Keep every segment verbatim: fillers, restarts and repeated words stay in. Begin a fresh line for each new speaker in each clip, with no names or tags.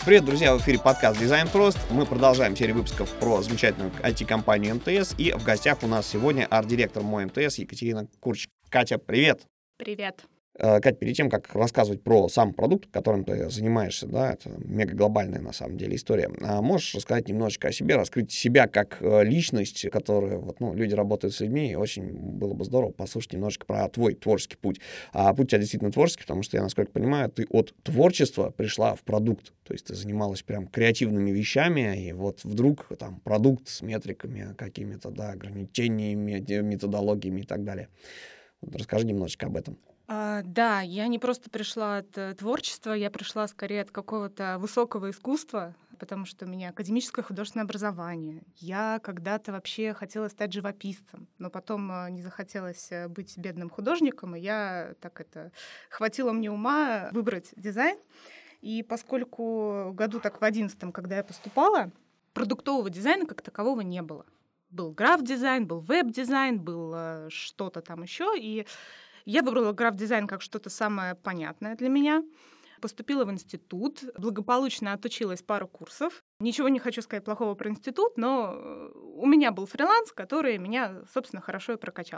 Привет, друзья! В эфире подкаст «Дизайн прост». Мы продолжаем серию выпусков про замечательную ай ти-компанию эм тэ эс. И в гостях у нас сегодня арт-директор МО эм тэ эс Екатерина Курчик. Катя, привет!
Привет!
Кать, перед тем, как рассказывать про сам продукт, которым ты занимаешься, да, это мега-глобальная на самом деле история, можешь рассказать немножечко о себе, раскрыть себя как личность, которая, вот, ну, люди работают с людьми, и очень было бы здорово послушать немножечко про твой творческий путь. А путь у тебя действительно творческий, потому что я, насколько понимаю, ты от творчества пришла в продукт, то есть ты занималась прям креативными вещами, и вот вдруг там продукт с метриками какими-то, да, ограничениями, методологиями и так далее. Вот расскажи немножечко об этом.
А, да, я не просто пришла от э, творчества, я пришла скорее от какого-то высокого искусства, потому что у меня академическое художественное образование. Я когда-то вообще хотела стать живописцем, но потом э, не захотелось э, быть бедным художником, и я так это хватило мне ума выбрать дизайн. И поскольку году так в одиннадцатом, когда я поступала, продуктового дизайна как такового не было. Был граф-дизайн, был веб-дизайн, был э, что-то там еще, и я выбрала граф-дизайн как что-то самое понятное для меня. Поступила в институт, благополучно отучилась пару курсов. Ничего не хочу сказать плохого про институт, но у меня был фриланс, который меня, собственно, хорошо и прокачал.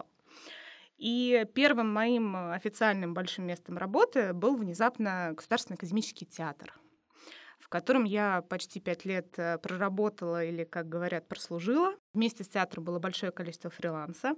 И первым моим официальным большим местом работы был внезапно Государственный академический театр, в котором я почти пять лет проработала или, как говорят, прослужила. Вместе с театром было большое количество фриланса.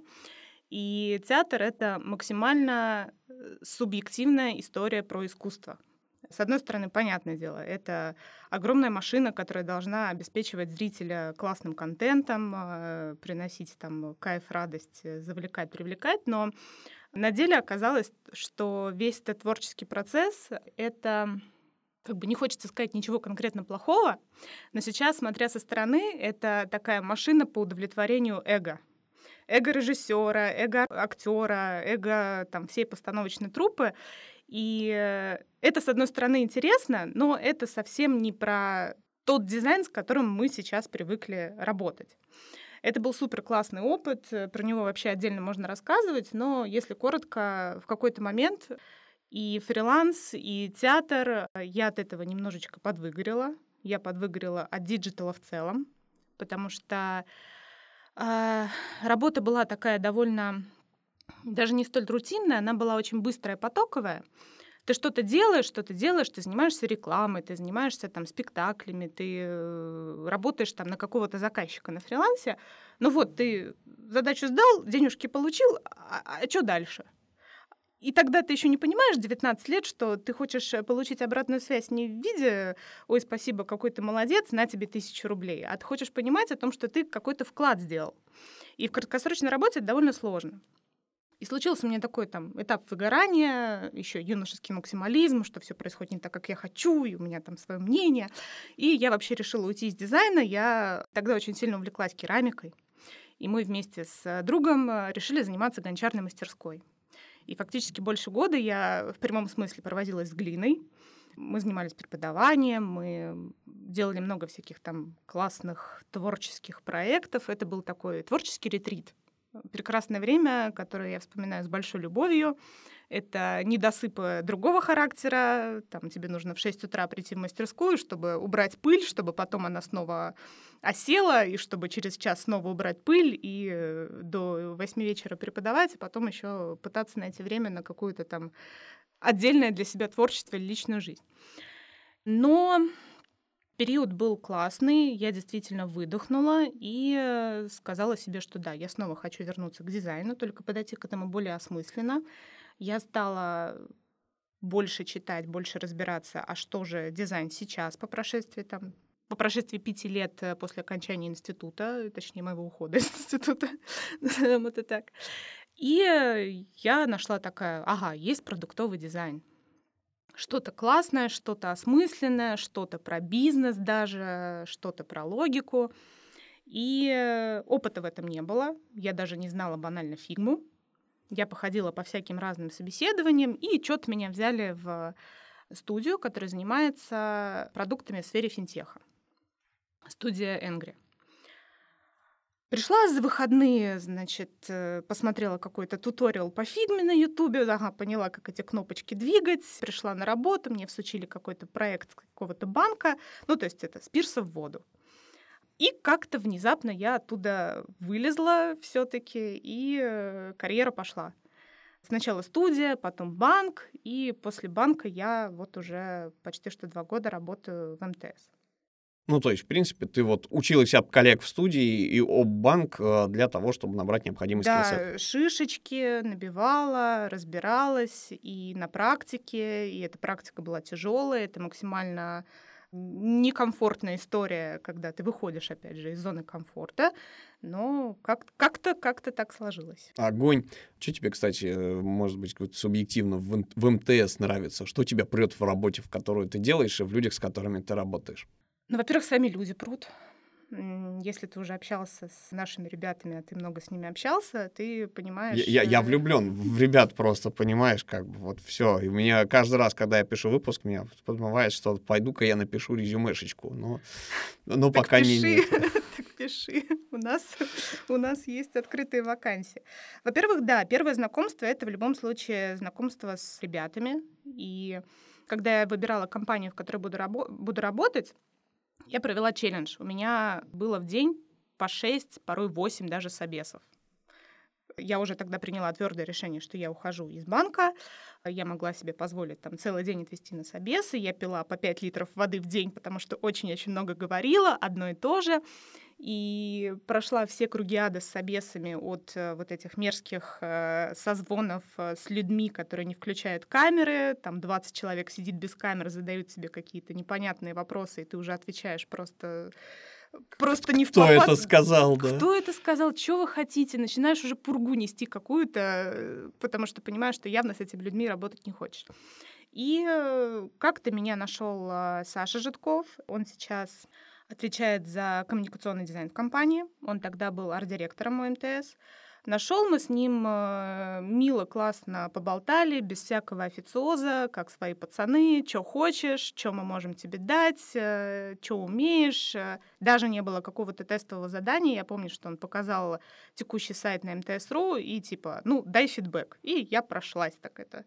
И театр — это максимально субъективная история про искусство. С одной стороны, понятное дело, это огромная машина, которая должна обеспечивать зрителя классным контентом, приносить там кайф, радость, завлекать, привлекать, но на деле оказалось, что весь этот творческий процесс — это, как бы не хочется сказать ничего конкретно плохого, но сейчас, смотря со стороны, это такая машина по удовлетворению эго. Эго режиссера, эго актера, эго там, всей постановочной труппы. И это, с одной стороны, интересно, но это совсем не про тот дизайн, с которым мы сейчас привыкли работать. Это был супер классный опыт, про него вообще отдельно можно рассказывать, но если коротко, в какой-то момент и фриланс, и театр, я от этого немножечко подвыгорела. Я подвыгорела от диджитала в целом, потому что а, работа была такая довольно, даже не столь рутинная, она была очень быстрая, потоковая. Ты что-то делаешь, что-то делаешь, ты занимаешься рекламой, ты занимаешься там спектаклями, ты э, работаешь там на какого-то заказчика на фрилансе. Ну вот, ты задачу сдал, денежки получил, а, а что дальше? И тогда ты еще не понимаешь, девятнадцать лет, что ты хочешь получить обратную связь не в виде «Ой, спасибо, какой ты молодец, на тебе тысячу рублей», а ты хочешь понимать о том, что ты какой-то вклад сделал. И в краткосрочной работе это довольно сложно. И случился у меня такой там этап выгорания, еще юношеский максимализм, что все происходит не так, как я хочу, и у меня там свое мнение. И я вообще решила уйти из дизайна. Я тогда очень сильно увлеклась керамикой. И мы вместе с другом решили заниматься гончарной мастерской. И фактически больше года я в прямом смысле проводилась с глиной. Мы занимались преподаванием, мы делали много всяких там классных творческих проектов. Это был такой творческий ретрит. Прекрасное время, которое я вспоминаю с большой любовью. Это недосыпы другого характера. Там тебе нужно в шесть утра прийти в мастерскую, чтобы убрать пыль, чтобы потом она снова осела, и чтобы через час снова убрать пыль, и до восьми вечера преподавать, а потом еще пытаться найти время на какое-то там отдельное для себя творчество или личную жизнь. Но период был классный, я действительно выдохнула и сказала себе, что да, я снова хочу вернуться к дизайну, только подойти к этому более осмысленно. Я стала больше читать, больше разбираться, а что же дизайн сейчас по прошествии там, по прошествии пяти лет после окончания института, точнее, моего ухода из института, назовем это так. И я нашла такая, ага, есть продуктовый дизайн. Что-то классное, что-то осмысленное, что-то про бизнес даже, что-то про логику. И опыта в этом не было. Я даже не знала банально фигму. Я походила по всяким разным собеседованиям, и что-то меня взяли в студию, которая занимается продуктами в сфере финтеха. Студия Энгри. Пришла за выходные, значит, э, посмотрела какой-то туториал по фигме на "Ютубе", ага, поняла, как эти кнопочки двигать. Пришла на работу, мне всучили какой-то проект какого-то банка, ну, то есть это с пирса в воду. И как-то внезапно я оттуда вылезла все таки и, э, карьера пошла. Сначала студия, потом банк, и после банка я вот уже почти что два года работаю в эм тэ эс.
Ну, то есть, в принципе, ты вот училась об коллег в студии и об банк э, для того, чтобы набрать необходимый скиллсет.
Да, шишечки набивала, разбиралась и на практике, и эта практика была тяжелая, это максимально некомфортная история, когда ты выходишь, опять же, из зоны комфорта, но как- как-то как-то так сложилось.
Огонь. Что тебе, кстати, э, может быть, какое-то субъективно в, эн- в эм тэ эс нравится? Что тебя прет в работе, в которую ты делаешь, и в людях, с которыми ты работаешь?
Ну, во-первых, сами люди прут. М, Если ты уже общался с нашими ребятами, а ты много с ними общался, ты
Я,
понимаешь...
я, я
э,
влюблен в ребят просто, понимаешь, как бы вот все. И у меня каждый раз, когда я пишу выпуск, меня подмывает, что пойду-ка я напишу резюмешечку. Но, но
Так
пока не
пиши,
нет.
так пиши. У нас, у нас есть открытые вакансии. Во-первых, да, первое знакомство — это в любом случае знакомство с ребятами. И когда я выбирала компанию, в которой буду, рабо- буду работать, я провела челлендж. У меня было в день по шесть, порой восемь даже собесов. Я уже тогда приняла твердое решение, что я ухожу из банка. Я могла себе позволить там целый день отвести на собесы. Я пила по пять литров воды в день, потому что очень-очень много говорила, одно и то же. И прошла все круги ада с собесами от э, вот этих мерзких э, созвонов э, с людьми, которые не включают камеры. Там двадцать человек сидит без камеры, задают тебе какие-то непонятные вопросы, и ты уже отвечаешь просто, просто не в
Кто
попад.
это сказал, да?
Кто это сказал? Чё вы хотите? Начинаешь уже пургу нести какую-то, э, потому что понимаешь, что явно с этими людьми работать не хочешь. И э, как-то меня нашел а, Саша Житков. Он сейчас отвечает за коммуникационный дизайн в компании. Он тогда был арт-директором у эм тэ эс. Нашел, мы с ним э, мило, классно поболтали, без всякого официоза, как свои пацаны, что хочешь, что мы можем тебе дать, что умеешь. э. Даже не было какого-то тестового задания. Я помню, что он показал текущий сайт на эм тэ эс точка ру и типа, ну, дай фидбэк. И я прошлась так это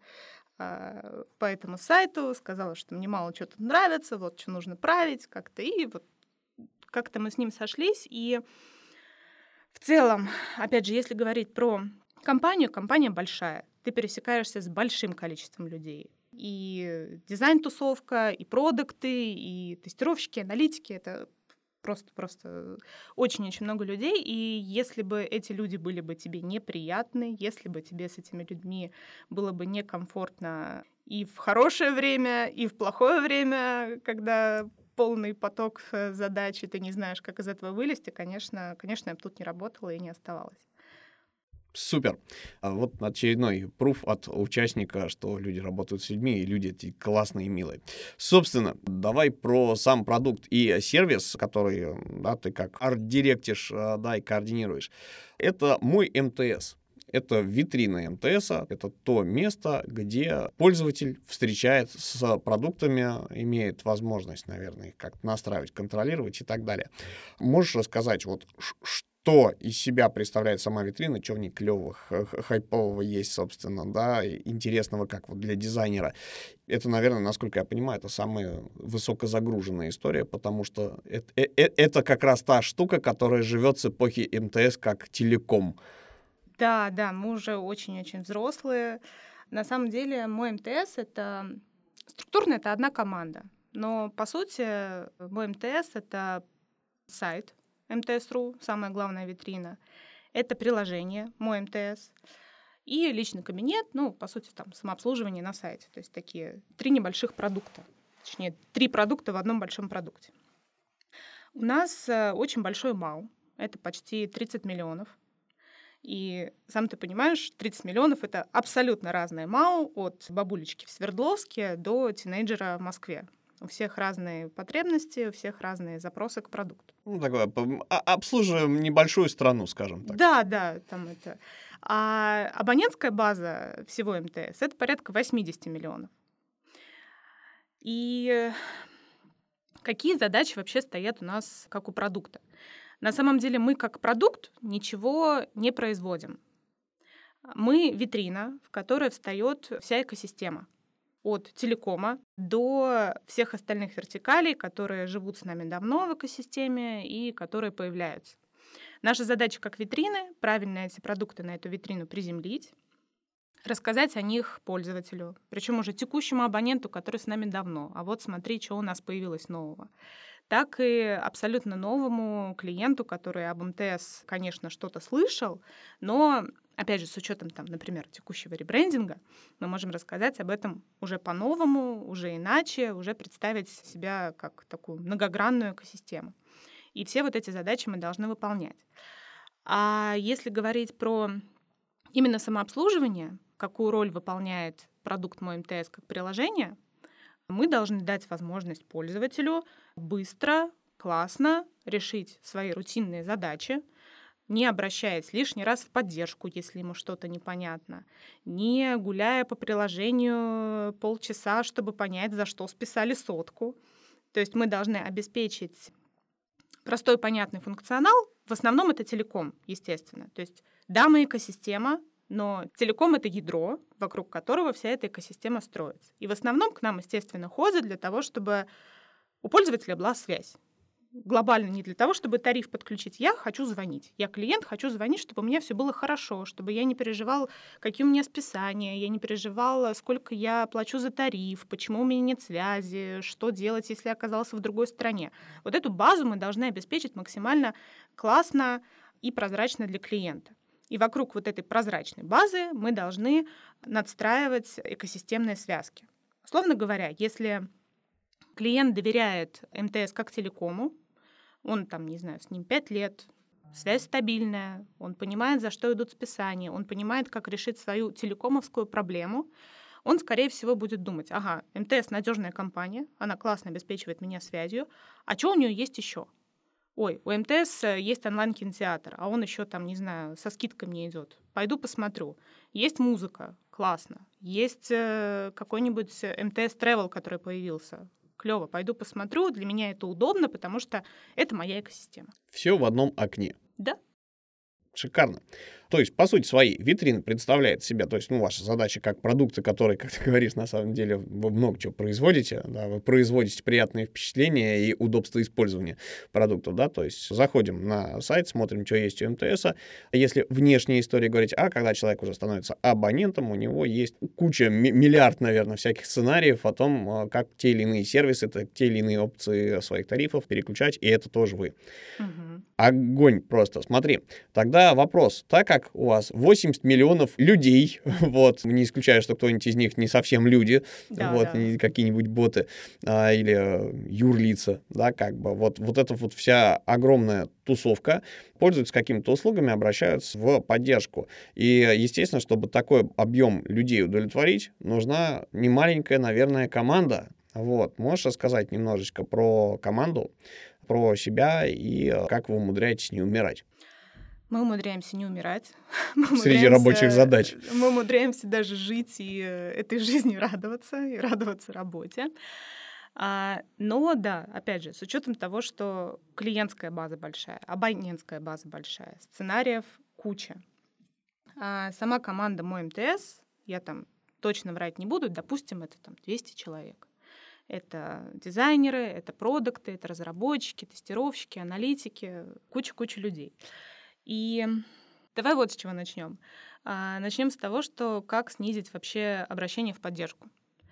а, по этому сайту, сказала, что мне мало чего тут нравится, вот что нужно править как-то. И вот как-то мы с ним сошлись. И в целом, опять же, если говорить про компанию, компания большая. Ты пересекаешься с большим количеством людей. И дизайн-тусовка, и продукты, и тестировщики, аналитики — это просто-просто очень-очень много людей. И если бы эти люди были бы тебе неприятны, если бы тебе с этими людьми было бы некомфортно и в хорошее время, и в плохое время, когда полный поток э, задач, и ты не знаешь, как из этого вылезти, конечно, конечно, я бы тут не работала и не оставалась.
Супер. А вот очередной пруф от участника, что люди работают с людьми, и люди эти классные и милые. Собственно, давай про сам продукт и сервис, который, да, ты как арт-директишь, а, да, и координируешь. Это мой эм тэ эс. Это витрина эм тэ эс, это то место, где пользователь встречает с продуктами, имеет возможность, наверное, их как-то настраивать, контролировать и так далее. Можешь рассказать, вот ш- что из себя представляет сама витрина, что в ней клевого, х- х- хайпового есть, собственно, да, и интересного как вот для дизайнера. Это, наверное, насколько я понимаю, это самая высокозагруженная история, потому что это, э- э- это как раз та штука, которая живет с эпохи эм тэ эс как телеком.
Да, да, мы уже очень-очень взрослые. На самом деле мой эм тэ эс — это структурно это одна команда. Но, по сути, мой эм тэ эс — это сайт эм тэ эс точка ру, самая главная витрина. Это приложение мой эм тэ эс и личный кабинет, ну, по сути, там, самообслуживание на сайте. То есть такие три небольших продукта. Точнее, три продукта в одном большом продукте. У нас э, очень большой МАУ. Это почти тридцать миллионов. И сам ты понимаешь, тридцать миллионов — это абсолютно разное МАУ, от бабулечки в Свердловске до тинейджера в Москве. У всех разные потребности, у всех разные запросы к продукту.
Ну, такое, пом- а- обслуживаем небольшую страну, скажем так.
Да, да, там это. А абонентская база всего эм тэ эс — это порядка восемьдесят миллионов. И какие задачи вообще стоят у нас как у продукта? На самом деле мы как продукт ничего не производим. Мы витрина, в которой встает вся экосистема. От телекома до всех остальных вертикалей, которые живут с нами давно в экосистеме и которые появляются. Наша задача как витрины — правильно эти продукты на эту витрину приземлить, рассказать о них пользователю, причем уже текущему абоненту, который с нами давно. А вот смотри, что у нас появилось нового. Так и абсолютно новому клиенту, который об МТС, конечно, что-то слышал, но, опять же, с учетом, там, например, текущего ребрендинга, мы можем рассказать об этом уже по-новому, уже иначе, уже представить себя как такую многогранную экосистему. И все вот эти задачи мы должны выполнять. А если говорить про именно самообслуживание, какую роль выполняет продукт Мой МТС как приложение, мы должны дать возможность пользователю быстро, классно решить свои рутинные задачи, не обращаясь лишний раз в поддержку, если ему что-то непонятно, не гуляя по приложению полчаса, чтобы понять, за что списали сотку. То есть мы должны обеспечить простой, понятный функционал. В основном это телеком, естественно. То есть да, мы экосистема, но телеком — это ядро, вокруг которого вся эта экосистема строится. И в основном к нам, естественно, ходят для того, чтобы у пользователя была связь. Глобально не для того, чтобы тариф подключить. Я хочу звонить. Я клиент, хочу звонить, чтобы у меня все было хорошо, чтобы я не переживал, какие у меня списания, я не переживал, сколько я плачу за тариф, почему у меня нет связи, что делать, если я оказался в другой стране. Вот эту базу мы должны обеспечить максимально классно и прозрачно для клиента. И вокруг вот этой прозрачной базы мы должны надстраивать экосистемные связки. Условно говоря, если клиент доверяет МТС как телекому, он там, не знаю, с ним пять лет, связь стабильная, он понимает, за что идут списания, он понимает, как решить свою телекомовскую проблему, он, скорее всего, будет думать: ага, МТС — надежная компания, она классно обеспечивает меня связью, а что у нее есть еще? Ой, у МТС есть онлайн-кинотеатр, а он еще там, не знаю, со скидкой мне идет. Пойду посмотрю. Есть музыка, классно. Есть э, какой-нибудь МТС Travel, который появился. Клево, пойду посмотрю. Для меня это удобно, потому что это моя экосистема.
Все в одном окне.
Да.
Шикарно. То есть, по сути своей, витрина представляет себя, то есть, ну, ваша задача как продукты, которые, как ты говоришь, на самом деле вы много чего производите, да, вы производите приятные впечатления и удобство использования продуктов, да, то есть заходим на сайт, смотрим, что есть у МТС, а если внешняя история говорить, а когда человек уже становится абонентом, у него есть куча, миллиард, наверное, всяких сценариев о том, как те или иные сервисы, те или иные опции своих тарифов переключать, и это тоже вы.
Угу.
Огонь просто. Смотри, тогда вопрос, так как у вас восемьдесят миллионов людей, вот, не исключая, что кто-нибудь из них не совсем люди,
да,
вот,
да.
не какие-нибудь боты а, или юрлица, да, как бы, вот, вот эта вот вся огромная тусовка пользуются какими-то услугами, обращаются в поддержку. И, естественно, чтобы такой объем людей удовлетворить, нужна немаленькая, наверное, команда. Вот, можешь рассказать немножечко про команду, про себя и как вы умудряетесь не умирать?
Мы умудряемся не умирать. Мы
Среди рабочих задач.
Мы умудряемся даже жить и этой жизнью радоваться, и радоваться работе. А, но да, опять же, с учетом того, что клиентская база большая, абонентская база большая, сценариев куча. А сама команда Мой МТС, я там точно врать не буду, допустим, это там двести человек. Это дизайнеры, это продукты, это разработчики, тестировщики, аналитики, куча-куча людей. И давай вот с чего начнем. А, начнем с того, что как снизить вообще обращение в поддержку.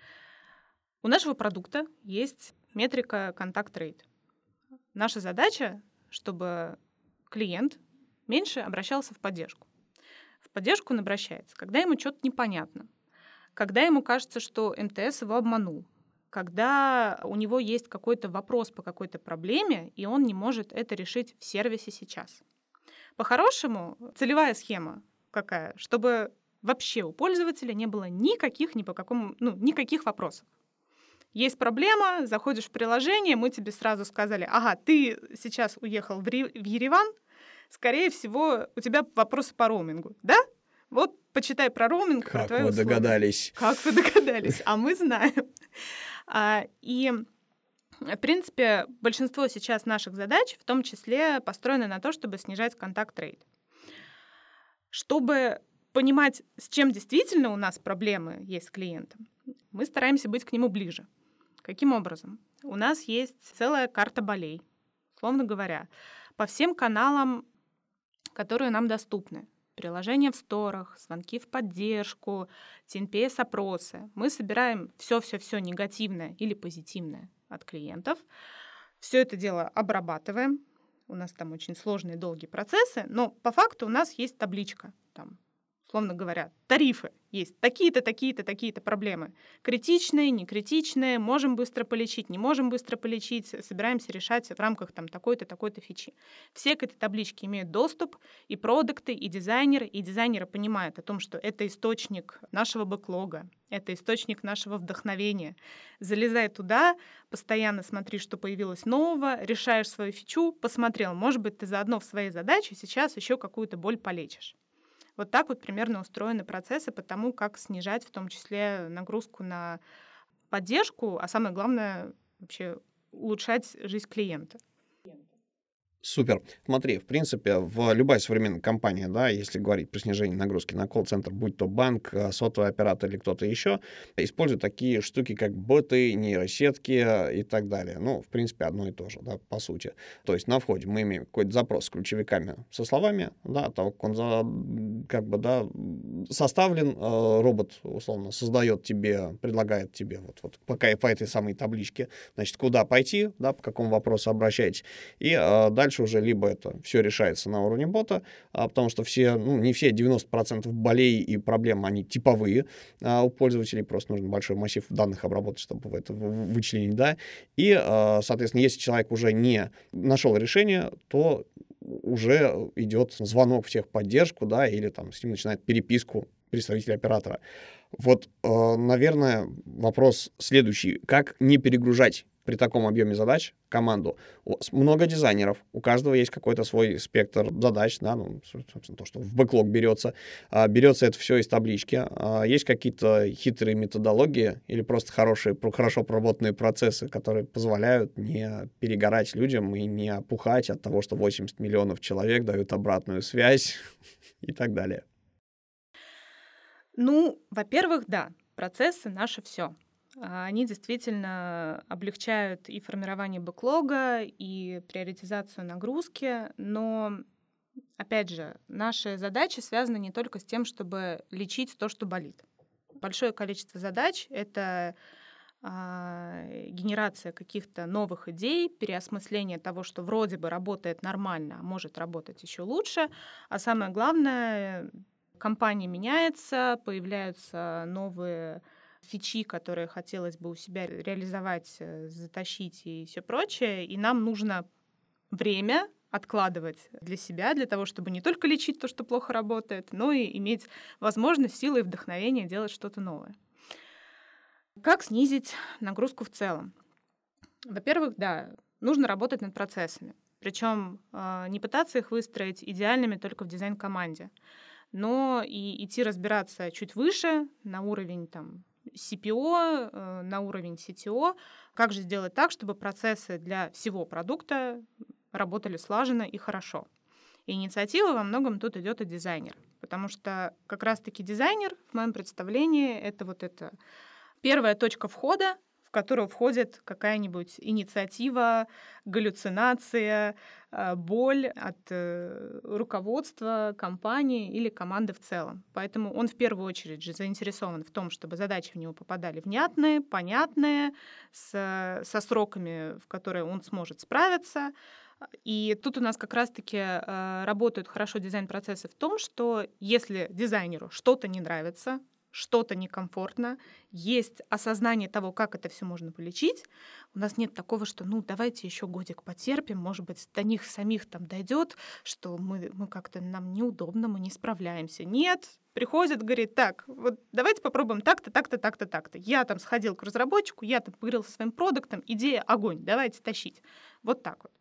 У нашего продукта есть метрика контакт рейт. Наша задача, чтобы клиент меньше обращался в поддержку. В поддержку он обращается, когда ему что-то непонятно, когда ему кажется, что МТС его обманул, когда у него есть какой-то вопрос по какой-то проблеме, и он не может это решить в сервисе сейчас. По-хорошему, целевая схема какая? Чтобы вообще у пользователя не было никаких, ни по какому, ну, никаких вопросов. Есть проблема, заходишь в приложение, мы тебе сразу сказали: ага, ты сейчас уехал в, Ри- в Ереван, скорее всего, у тебя вопросы по роумингу, да? Вот почитай про роуминг,
как
про твои
вы
условия.
Догадались?
Как вы догадались? А мы знаем. А, и В принципе, большинство сейчас наших задач, в том числе, построено на то, чтобы снижать контакт-рейт. Чтобы понимать, с чем действительно у нас проблемы есть с клиентом, мы стараемся быть к нему ближе. Каким образом? У нас есть целая карта болей, условно говоря, по всем каналам, которые нам доступны. Приложения в сторах, звонки в поддержку, ти эн пи эс-опросы. Мы собираем все-все-все негативное или позитивное от клиентов. Все это дело обрабатываем. У нас там очень сложные долгие процессы, но по факту у нас есть табличка, там, условно говоря, тарифы есть. Такие-то, такие-то, такие-то проблемы. Критичные, некритичные, можем быстро полечить, не можем быстро полечить, собираемся решать в рамках там такой-то, такой-то фичи. Все к этой табличке имеют доступ, и продукты, и дизайнеры, и дизайнеры понимают о том, что это источник нашего бэклога, это источник нашего вдохновения. Залезай туда, постоянно смотри, что появилось нового, решаешь свою фичу, посмотрел, может быть, ты заодно в своей задаче сейчас еще какую-то боль полечишь. Вот так вот примерно устроены процессы по тому, как снижать в том числе нагрузку на поддержку, а самое главное, вообще улучшать жизнь клиента.
Супер. Смотри, в принципе, в любая современная компания, да, если говорить про снижение нагрузки на колл-центр, будь то банк, сотовый оператор или кто-то еще, используют такие штуки, как боты, нейросетки и так далее. Ну, в принципе, одно и то же, да, по сути. То есть на входе мы имеем какой-то запрос с ключевиками, со словами, да, того, как он за, как бы, да, составлен, робот, условно, создает тебе, предлагает тебе вот, вот пока по этой самой табличке, значит, куда пойти, да, по какому вопросу обращайтесь, и дальше уже либо это все решается на уровне бота, а, потому что все, ну, не все, девяносто процентов болей и проблем, они типовые а, у пользователей, просто нужно большой массив данных обработать, чтобы это вычленить, да, и, а, соответственно, если человек уже не нашел решение, то уже идет звонок в техподдержку, да, или там с ним начинает переписку представитель оператора. Вот, э, наверное, вопрос следующий. Как не перегружать при таком объеме задач команду? Много дизайнеров, у каждого есть какой-то свой спектр задач, да, ну, собственно, то, что в бэклог берется. А, берется это все из таблички. А, есть какие-то хитрые методологии или просто хорошие, хорошо проработанные процессы, которые позволяют не перегорать людям и не опухать от того, что восемьдесят миллионов человек дают обратную связь и так далее.
Ну, во-первых, да, процессы — наше все. Они действительно облегчают и формирование бэклога, и приоритизацию нагрузки, но, опять же, наши задачи связаны не только с тем, чтобы лечить то, что болит. Большое количество задач — это а, генерация каких-то новых идей, переосмысление того, что вроде бы работает нормально, а может работать еще лучше, а самое главное — компания меняется, появляются новые фичи, которые хотелось бы у себя реализовать, затащить и все прочее. И нам нужно время откладывать для себя, для того, чтобы не только лечить то, что плохо работает, но и иметь возможность, силы и вдохновение делать что-то новое. Как снизить нагрузку в целом? Во-первых, да, нужно работать над процессами. Причем э, не пытаться их выстроить идеальными только в дизайн-команде, но и идти разбираться чуть выше, на уровень там, си пи о, э, на уровень си ти о, как же сделать так, чтобы процессы для всего продукта работали слаженно и хорошо. И инициатива во многом тут идет от дизайнера, потому что как раз-таки дизайнер, в моем представлении, это вот эта первая точка входа, в которую входит какая-нибудь инициатива, галлюцинация, боль от руководства компании или команды в целом. Поэтому он в первую очередь же заинтересован в том, чтобы задачи в него попадали внятные, понятные, с, со сроками, в которые он сможет справиться. И тут у нас как раз-таки э, работают хорошо дизайн-процессы в том, что если дизайнеру что-то не нравится, что-то некомфортно, есть осознание того, как это все можно полечить. У нас нет такого, что ну давайте еще годик потерпим, может быть, до них самих там дойдет, что мы, мы как-то нам неудобно, мы не справляемся. Нет, приходит, говорит, так, вот давайте попробуем так-то, так-то, так-то, так-то. Я там сходил к разработчику, я там поговорил со своим продуктом, идея огонь, давайте тащить. Вот так вот.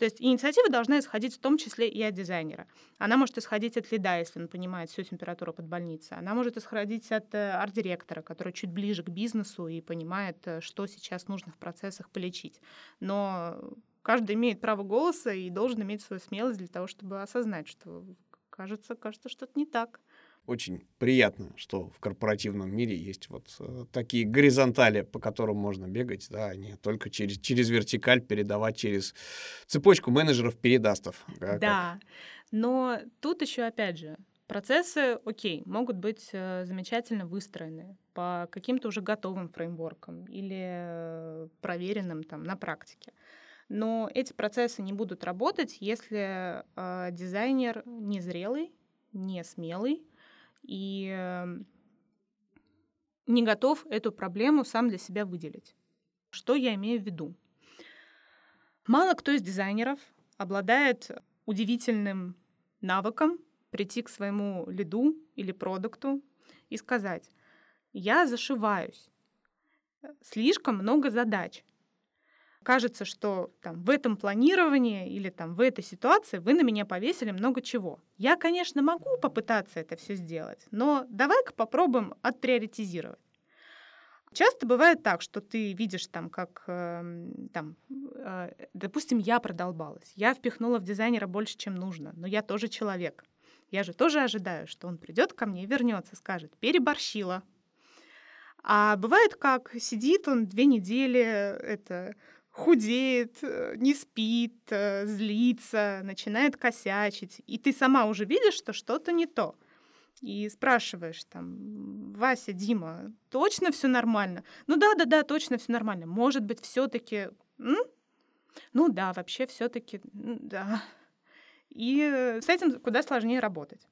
То есть инициатива должна исходить в том числе и от дизайнера. Она может исходить от лида, если он понимает всю температуру под больницей. Она может исходить от э, арт-директора, который чуть ближе к бизнесу и понимает, э, что сейчас нужно в процессах полечить. Но каждый имеет право голоса и должен иметь свою смелость для того, чтобы осознать, что кажется, кажется, что-то не так.
Очень приятно, что в корпоративном мире есть вот э, такие горизонтали, по которым можно бегать, да, а не только через, через вертикаль передавать через цепочку менеджеров-передастов. Да,
Да, но тут еще, опять же, процессы, окей, могут быть э, замечательно выстроены по каким-то уже готовым фреймворкам или э, проверенным там на практике. Но эти процессы не будут работать, если э, дизайнер не зрелый, не смелый и э, не готов эту проблему сам для себя выделить. Что я имею в виду? Мало кто из дизайнеров обладает удивительным навыком прийти к своему лиду или продукту и сказать: я зашиваюсь, слишком много задач. Кажется, что там, в этом планировании или там, в этой ситуации вы на меня повесили много чего. Я, конечно, могу попытаться это все сделать, но давай-ка попробуем отприоритизировать. Часто бывает так, что ты видишь там, как, э, там, э, допустим, я продолбалась, я впихнула в дизайнера больше, чем нужно, но я тоже человек. Я же тоже ожидаю, что он придет ко мне и вернется, скажет: переборщила. А бывает как, сидит он две недели, это, худеет, э, не спит, э, злится, начинает косячить, и ты сама уже видишь, что что-то не то. И спрашиваешь там: Вася, Дима, точно все нормально? Ну да, да, да, точно все нормально. Может быть, все-таки, ну да, вообще все-таки, да. И с этим куда сложнее работать.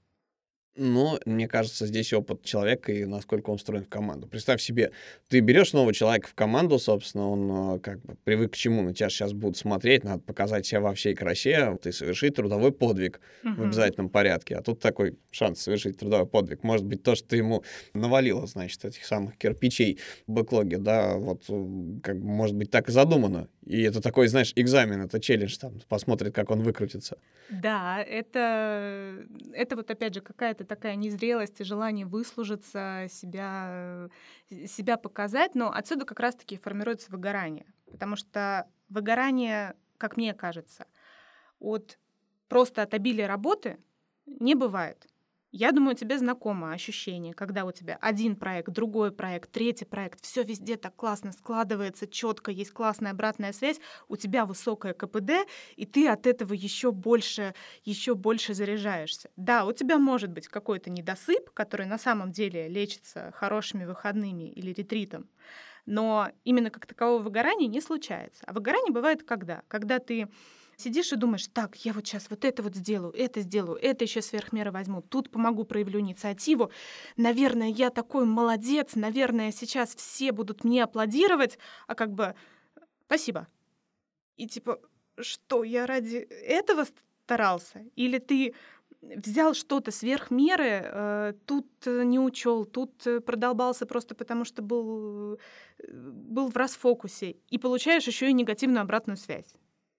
Но, мне кажется, здесь опыт человека и насколько он встроен в команду. Представь себе, ты берешь нового человека в команду, собственно, он э, как бы привык к чему, на тебя сейчас будут смотреть, надо показать себя во всей красе, ты совершить трудовой подвиг в
Мгм.
обязательном порядке. А тут такой шанс совершить трудовой подвиг. Может быть, то, что ты ему навалила, значит, этих самых кирпичей в бэклоге, да, вот э, как бы, может быть, так и задумано. И это такой, знаешь, экзамен, это челлендж, там, посмотрит, как он выкрутится.
Да, это, это вот опять же какая-то такая незрелость и желание выслужиться, себя, э, себя показать, но отсюда как раз-таки формируется выгорание. Потому что выгорание, как мне кажется, от просто от обилия работы не бывает. Я думаю, тебе знакомо ощущение, когда у тебя один проект, другой проект, третий проект, все везде так классно складывается, четко, есть классная обратная связь, у тебя высокое ка пэ дэ, и ты от этого еще больше, еще больше заряжаешься. Да, у тебя может быть какой-то недосып, который на самом деле лечится хорошими выходными или ретритом, но именно как такового выгорания не случается. А выгорание бывает когда? Когда ты сидишь и думаешь: так, я вот сейчас вот это вот сделаю, это сделаю, это еще сверх меры возьму, тут помогу, проявлю инициативу. Наверное, я такой молодец, наверное, сейчас все будут мне аплодировать, а как бы спасибо. И типа, что, я ради этого старался? Или ты взял что-то сверх меры, э, тут э, не учел, тут э, продолбался просто потому, что был, э, был в расфокусе, и получаешь еще и негативную обратную связь.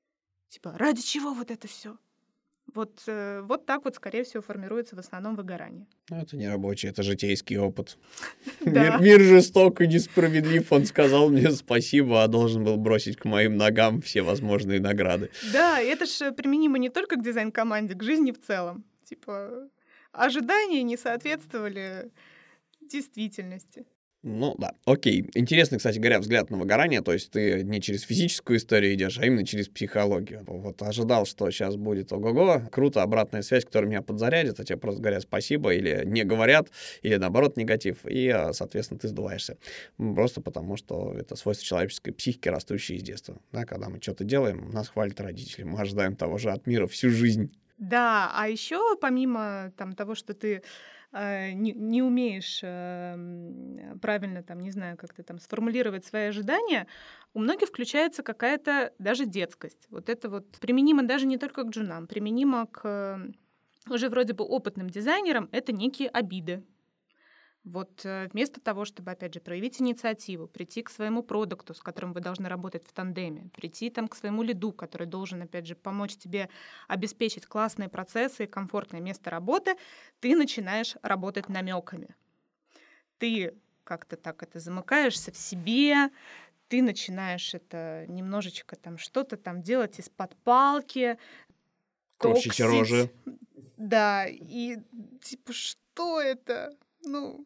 Типа, ради чего вот это все? Вот, э, вот так вот, скорее всего, формируется в основном выгорание.
Ну, это не рабочий, это житейский опыт.
Да.
Мир, мир жесток и несправедлив. Он сказал мне спасибо, а должен был бросить к моим ногам все возможные награды.
Да, и это же применимо не только к дизайн-команде, к жизни в целом. Типа, ожидания не соответствовали действительности.
Ну да, окей. Интересный, кстати говоря, взгляд на выгорание. То есть ты не через физическую историю идешь, а именно через психологию. Вот ожидал, что сейчас будет ого-го, круто, обратная связь, которая меня подзарядит, а тебе просто говорят спасибо, или не говорят, или наоборот негатив, и, соответственно, ты сдуваешься. Просто потому, что это свойство человеческой психики, растущее из детства. Да, когда мы что-то делаем, нас хвалят родители, мы ожидаем того же от мира всю жизнь.
Да, а еще помимо там, того, что ты э, не, не умеешь э, м, правильно, там, не знаю, как-то там сформулировать свои ожидания, у многих включается какая-то даже детскость. Вот это вот применимо даже не только к джунам, применимо к э, уже вроде бы опытным дизайнерам, это некие обиды. Вот э, вместо того, чтобы, опять же, проявить инициативу, прийти к своему продукту, с которым вы должны работать в тандеме, прийти там к своему лиду, который должен, опять же, помочь тебе обеспечить классные процессы и комфортное место работы, ты начинаешь работать намеками. Ты как-то так это замыкаешься в себе, ты начинаешь это немножечко там что-то там делать из-под палки,
Корчите
токсить.
рожи.
Да, и типа, что это? Ну,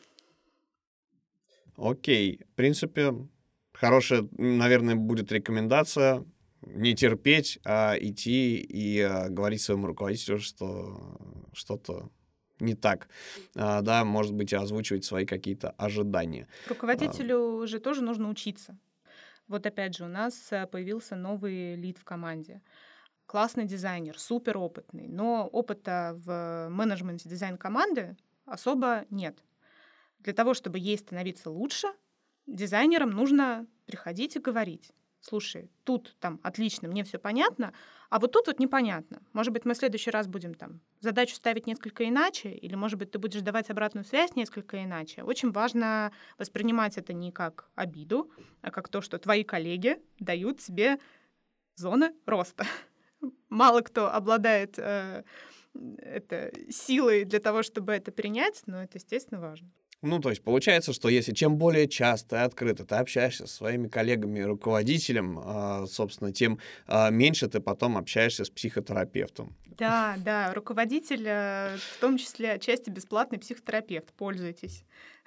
Окей. В принципе, хорошая, наверное, будет рекомендация не терпеть, а идти и а, говорить своему руководителю, что что-то не так. А, да, может быть, озвучивать свои какие-то ожидания. А,
руководителю же тоже нужно учиться. Вот опять же, у нас э, появился новый лид в команде. Классный дизайнер, супер опытный, но опыта в менеджменте дизайн команды особо нет. Для того, чтобы ей становиться лучше, дизайнерам нужно приходить и говорить: слушай, тут там отлично, мне все понятно, а вот тут вот непонятно. Может быть, мы в следующий раз будем там задачу ставить несколько иначе, или, может быть, ты будешь давать обратную связь несколько иначе. Очень важно воспринимать это не как обиду, а как то, что твои коллеги дают тебе зоны роста. Мало кто обладает э, это, силой для того, чтобы это принять, но это, естественно, важно.
Ну, то есть получается, что если чем более часто и открыто ты общаешься со своими коллегами и руководителем, а, собственно, тем а, меньше ты потом общаешься с психотерапевтом.
Да, да, руководитель, э, в том числе отчасти бесплатный психотерапевт. Пользуйтесь.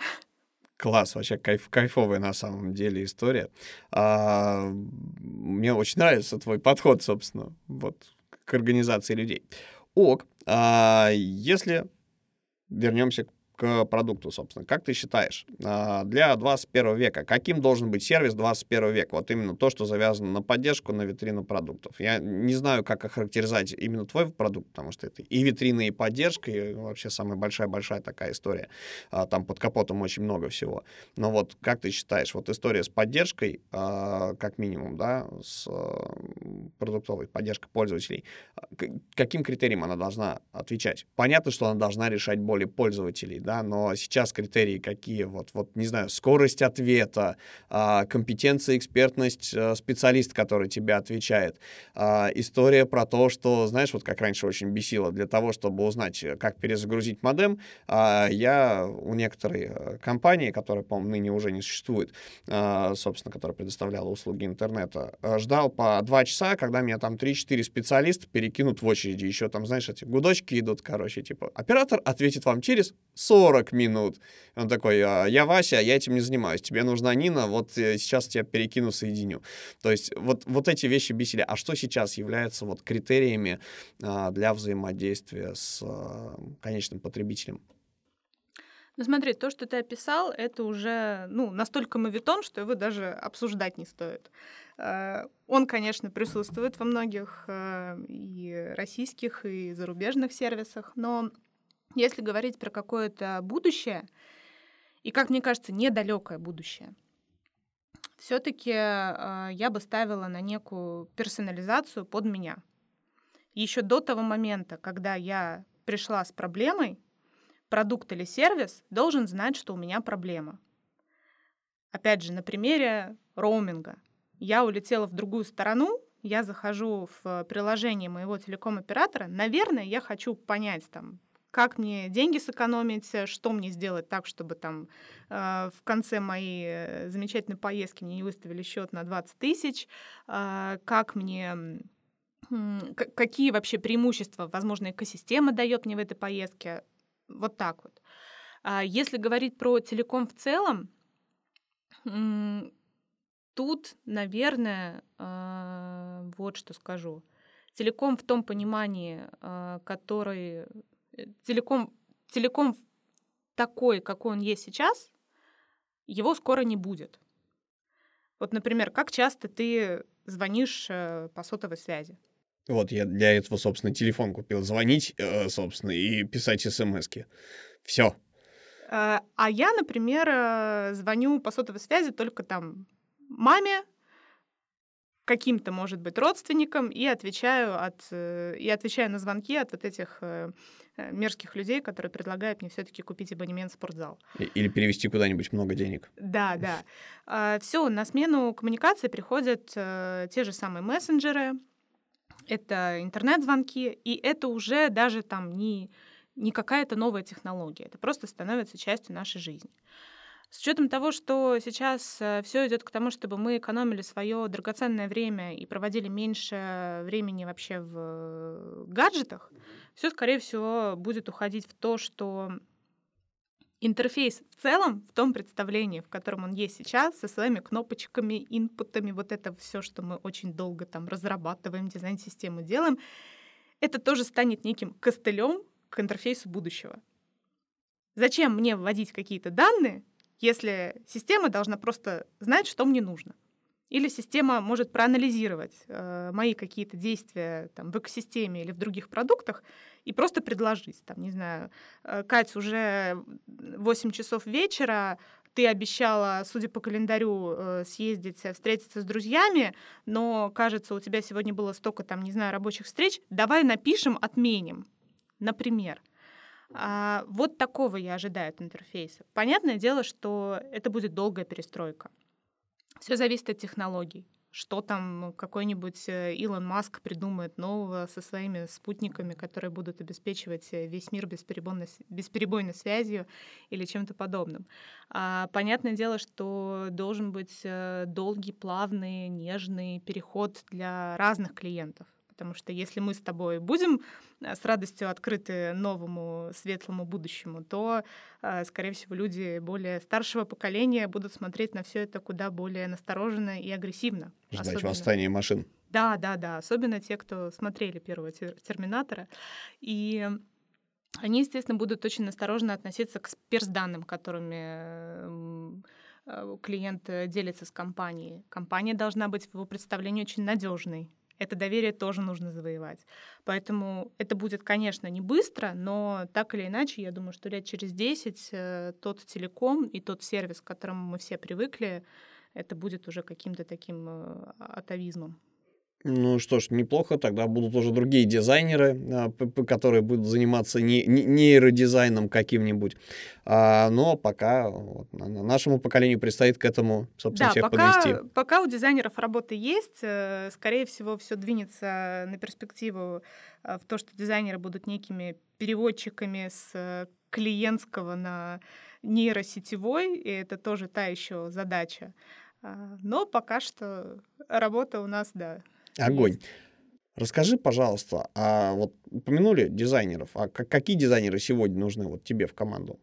Класс, вообще кайф, кайфовая на самом деле история. А, мне очень нравится твой подход, собственно, вот, к организации людей. Ок, а, если вернемся к к продукту, собственно. Как ты считаешь, а, для двадцать первого века каким должен быть сервис двадцать первого века? Вот именно то, что завязано на поддержку, на витрину продуктов. Я не знаю, как охарактеризовать именно твой продукт, потому что это и витрина, и поддержка, и вообще самая большая-большая такая история. А, Там под капотом очень много всего. Но вот как ты считаешь, вот история с поддержкой, а, как минимум, да, с а, продуктовой поддержкой пользователей, а, к- каким критериям она должна отвечать? Понятно, что она должна решать боли пользователей, да, но сейчас критерии какие? Вот, вот не знаю, скорость ответа, а, компетенция, экспертность а, специалиста, который тебе отвечает. А, история про то, что, знаешь, вот как раньше очень бесило, для того, чтобы узнать, э, как перезагрузить модем, а, я у некоторой э, компании, которая, по-моему, ныне уже не существует, а, собственно, которая предоставляла услуги интернета, э, ждал по два часа, когда меня там три-четыре специалиста перекинут в очереди. Еще там, знаешь, эти гудочки идут, короче, типа, оператор ответит вам через сорок минут. Он такой: «А, я Вася, я этим не занимаюсь. Тебе нужна Нина, вот э, сейчас тебя перекину, соединю». То есть вот, вот эти вещи бесили. А что сейчас является вот критериями а, для взаимодействия с а, конечным потребителем?
Ну смотри, то, что ты описал, это уже ну, настолько моветон, что его даже обсуждать не стоит. Э, Он, конечно, присутствует во многих э, и российских, и зарубежных сервисах, но если говорить про какое-то будущее, и, как мне кажется, недалекое будущее, все-таки я бы ставила на некую персонализацию под меня. Еще до того момента, когда я пришла с проблемой, продукт или сервис должен знать, что у меня проблема. Опять же, на примере роуминга. Я улетела в другую страну, я захожу в приложение моего телеком-оператора. Наверное, я хочу понять, там, как мне деньги сэкономить, э, что мне сделать так, чтобы там э, в конце моей э, замечательной поездки мне не выставили счет на двадцать тысяч, э, как мне м, к- какие вообще преимущества, возможно, экосистема дает мне в этой поездке. Вот так вот. А если говорить про телеком в целом, м, тут, наверное, а, вот что скажу. Телеком в том понимании, а, который... э, Телеком, телеком такой, какой он есть сейчас, его скоро не будет. Вот, например, как часто ты звонишь э, по сотовой связи?
Вот я для этого, собственно, телефон купил. Звонить, э, собственно, и писать смски. Все.
А а я, например, э, звоню по сотовой связи только там маме, каким-то, может быть, родственникам и отвечаю, от, э, и отвечаю на звонки от вот этих э, э, мерзких людей, которые предлагают мне все-таки купить абонемент в спортзал.
И- Или перевести куда-нибудь много денег.
Да, да. Все, на смену коммуникации приходят э, те же самые мессенджеры, это интернет-звонки, и это уже даже там не, не какая-то новая технология, это просто становится частью нашей жизни. С учетом того, что сейчас все идет к тому, чтобы мы экономили свое драгоценное время и проводили меньше времени вообще в гаджетах, все, скорее всего, будет уходить в то, что интерфейс в целом, в том представлении, в котором он есть сейчас, со своими кнопочками, инпутами, вот это все, что мы очень долго там разрабатываем, дизайн-систему делаем, это тоже станет неким костылем к интерфейсу будущего. Зачем мне вводить какие-то данные, если система должна просто знать, что мне нужно? Или система может проанализировать э, мои какие-то действия там, в экосистеме или в других продуктах и просто предложить, там, не знаю, э, Кать, уже восемь часов вечера, ты обещала, судя по календарю, э, съездить, э, встретиться с друзьями, но, кажется, у тебя сегодня было столько, там, не знаю, рабочих встреч, давай напишем, отменим, например. А, вот такого я ожидаю от интерфейса. Понятное дело, что это будет долгая перестройка. Все зависит от технологий. Что там какой-нибудь э, Илон Маск придумает нового со своими спутниками, которые будут обеспечивать э, весь мир бесперебойной, с- бесперебойной связью или чем-то подобным. А, понятное дело, что должен быть э, долгий, плавный, нежный переход для разных клиентов. Потому что если мы с тобой будем э, с радостью открыты новому светлому будущему, то, э, скорее всего, люди более старшего поколения будут смотреть на все это куда более настороженно и агрессивно.
Ждать
Особенно,
восстания машин.
да, да, да, особенно те, кто смотрели первого «Тер- Терминатора. И они, естественно, будут очень настороженно относиться к перс-данным, которыми м, э, клиент э, делится с компанией. Компания должна быть в его представлении очень надежной. Это доверие тоже нужно завоевать. Поэтому это будет, конечно, не быстро, но так или иначе, я думаю, что лет через десять э, тот телеком и тот сервис, к которому мы все привыкли, это будет уже каким-то таким э, атовизмом.
Ну что ж, неплохо, тогда будут уже другие дизайнеры, а, п- п- которые будут заниматься не, не- нейродизайном каким-нибудь. А, но пока вот, на- на- нашему поколению предстоит к этому, собственно,
Да,
всех подвести.
пока, пока у дизайнеров работа есть, э, скорее всего, все двинется на перспективу э, в то, что дизайнеры будут некими переводчиками с э, клиентского на нейросетевой, и это тоже та еще задача. А, Но пока что работа у нас, да,
Огонь.
есть.
Расскажи, пожалуйста, а вот упомянули дизайнеров, а ка- какие дизайнеры сегодня нужны вот тебе в команду?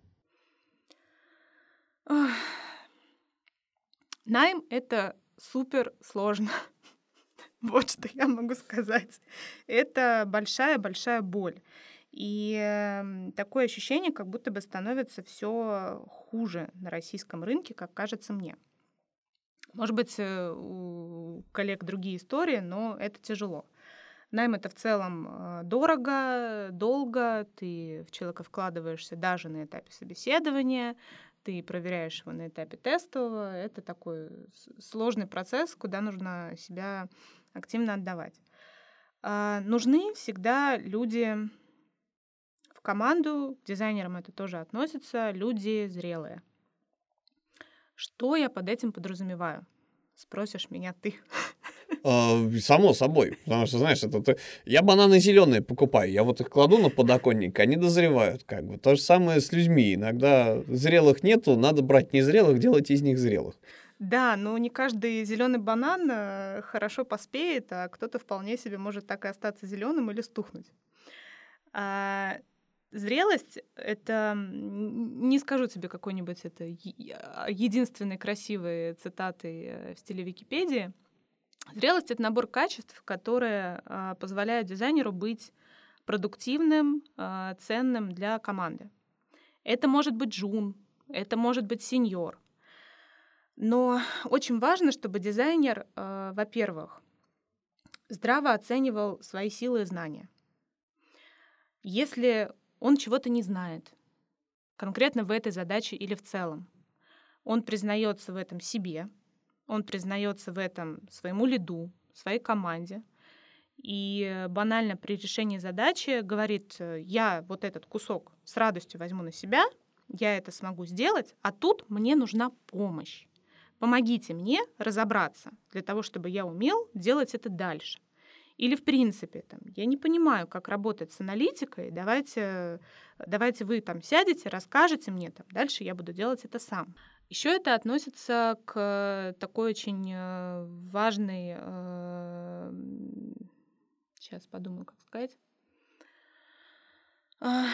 Ах, Найм — это супер сложно. Вот что я могу сказать. Это большая-большая боль. И эм, такое ощущение, как будто бы становится все хуже на российском рынке, как кажется мне. Может быть, э, у коллег другие истории, но это тяжело. Найм — это в целом э, дорого, долго, ты в человека вкладываешься даже на этапе собеседования, ты проверяешь его на этапе тестового. Это такой с- сложный процесс, куда нужно себя активно отдавать. А, нужны всегда люди в команду, к дизайнерам это тоже относится, люди зрелые. Что я под этим подразумеваю? Спросишь меня ты.
А, само собой, потому что, знаешь, это ты- я бананы зеленые покупаю, я вот их кладу на подоконник, они дозревают, как бы. То же самое с людьми. Иногда зрелых нету, надо брать незрелых, делать из них зрелых.
Да, но не каждый зеленый банан э, хорошо поспеет, а кто-то вполне себе может так и остаться зеленым или стухнуть. А, зрелость — это, м, не скажу тебе какой-нибудь это е- а, единственной красивой цитатой э, в стиле Википедии. Зрелость — это набор качеств, которые а, позволяют дизайнеру быть продуктивным, а, ценным для команды. Это может быть джун, это может быть сеньор. Но очень важно, чтобы дизайнер, а, во-первых, здраво оценивал свои силы и знания. Если он чего-то не знает, конкретно в этой задаче или в целом, он признается в этом себе, он признается в этом своему лиду, своей команде и банально при решении задачи говорит: я вот этот кусок с радостью возьму на себя, я это смогу сделать, а тут мне нужна помощь. Помогите мне разобраться для того, чтобы я умел делать это дальше. Или, в принципе, там, я не понимаю, как работать с аналитикой, давайте, давайте вы там сядете, расскажете мне, там, дальше я буду делать это сам. Еще это относится к такой очень э, важной, э, сейчас подумаю, как сказать. А,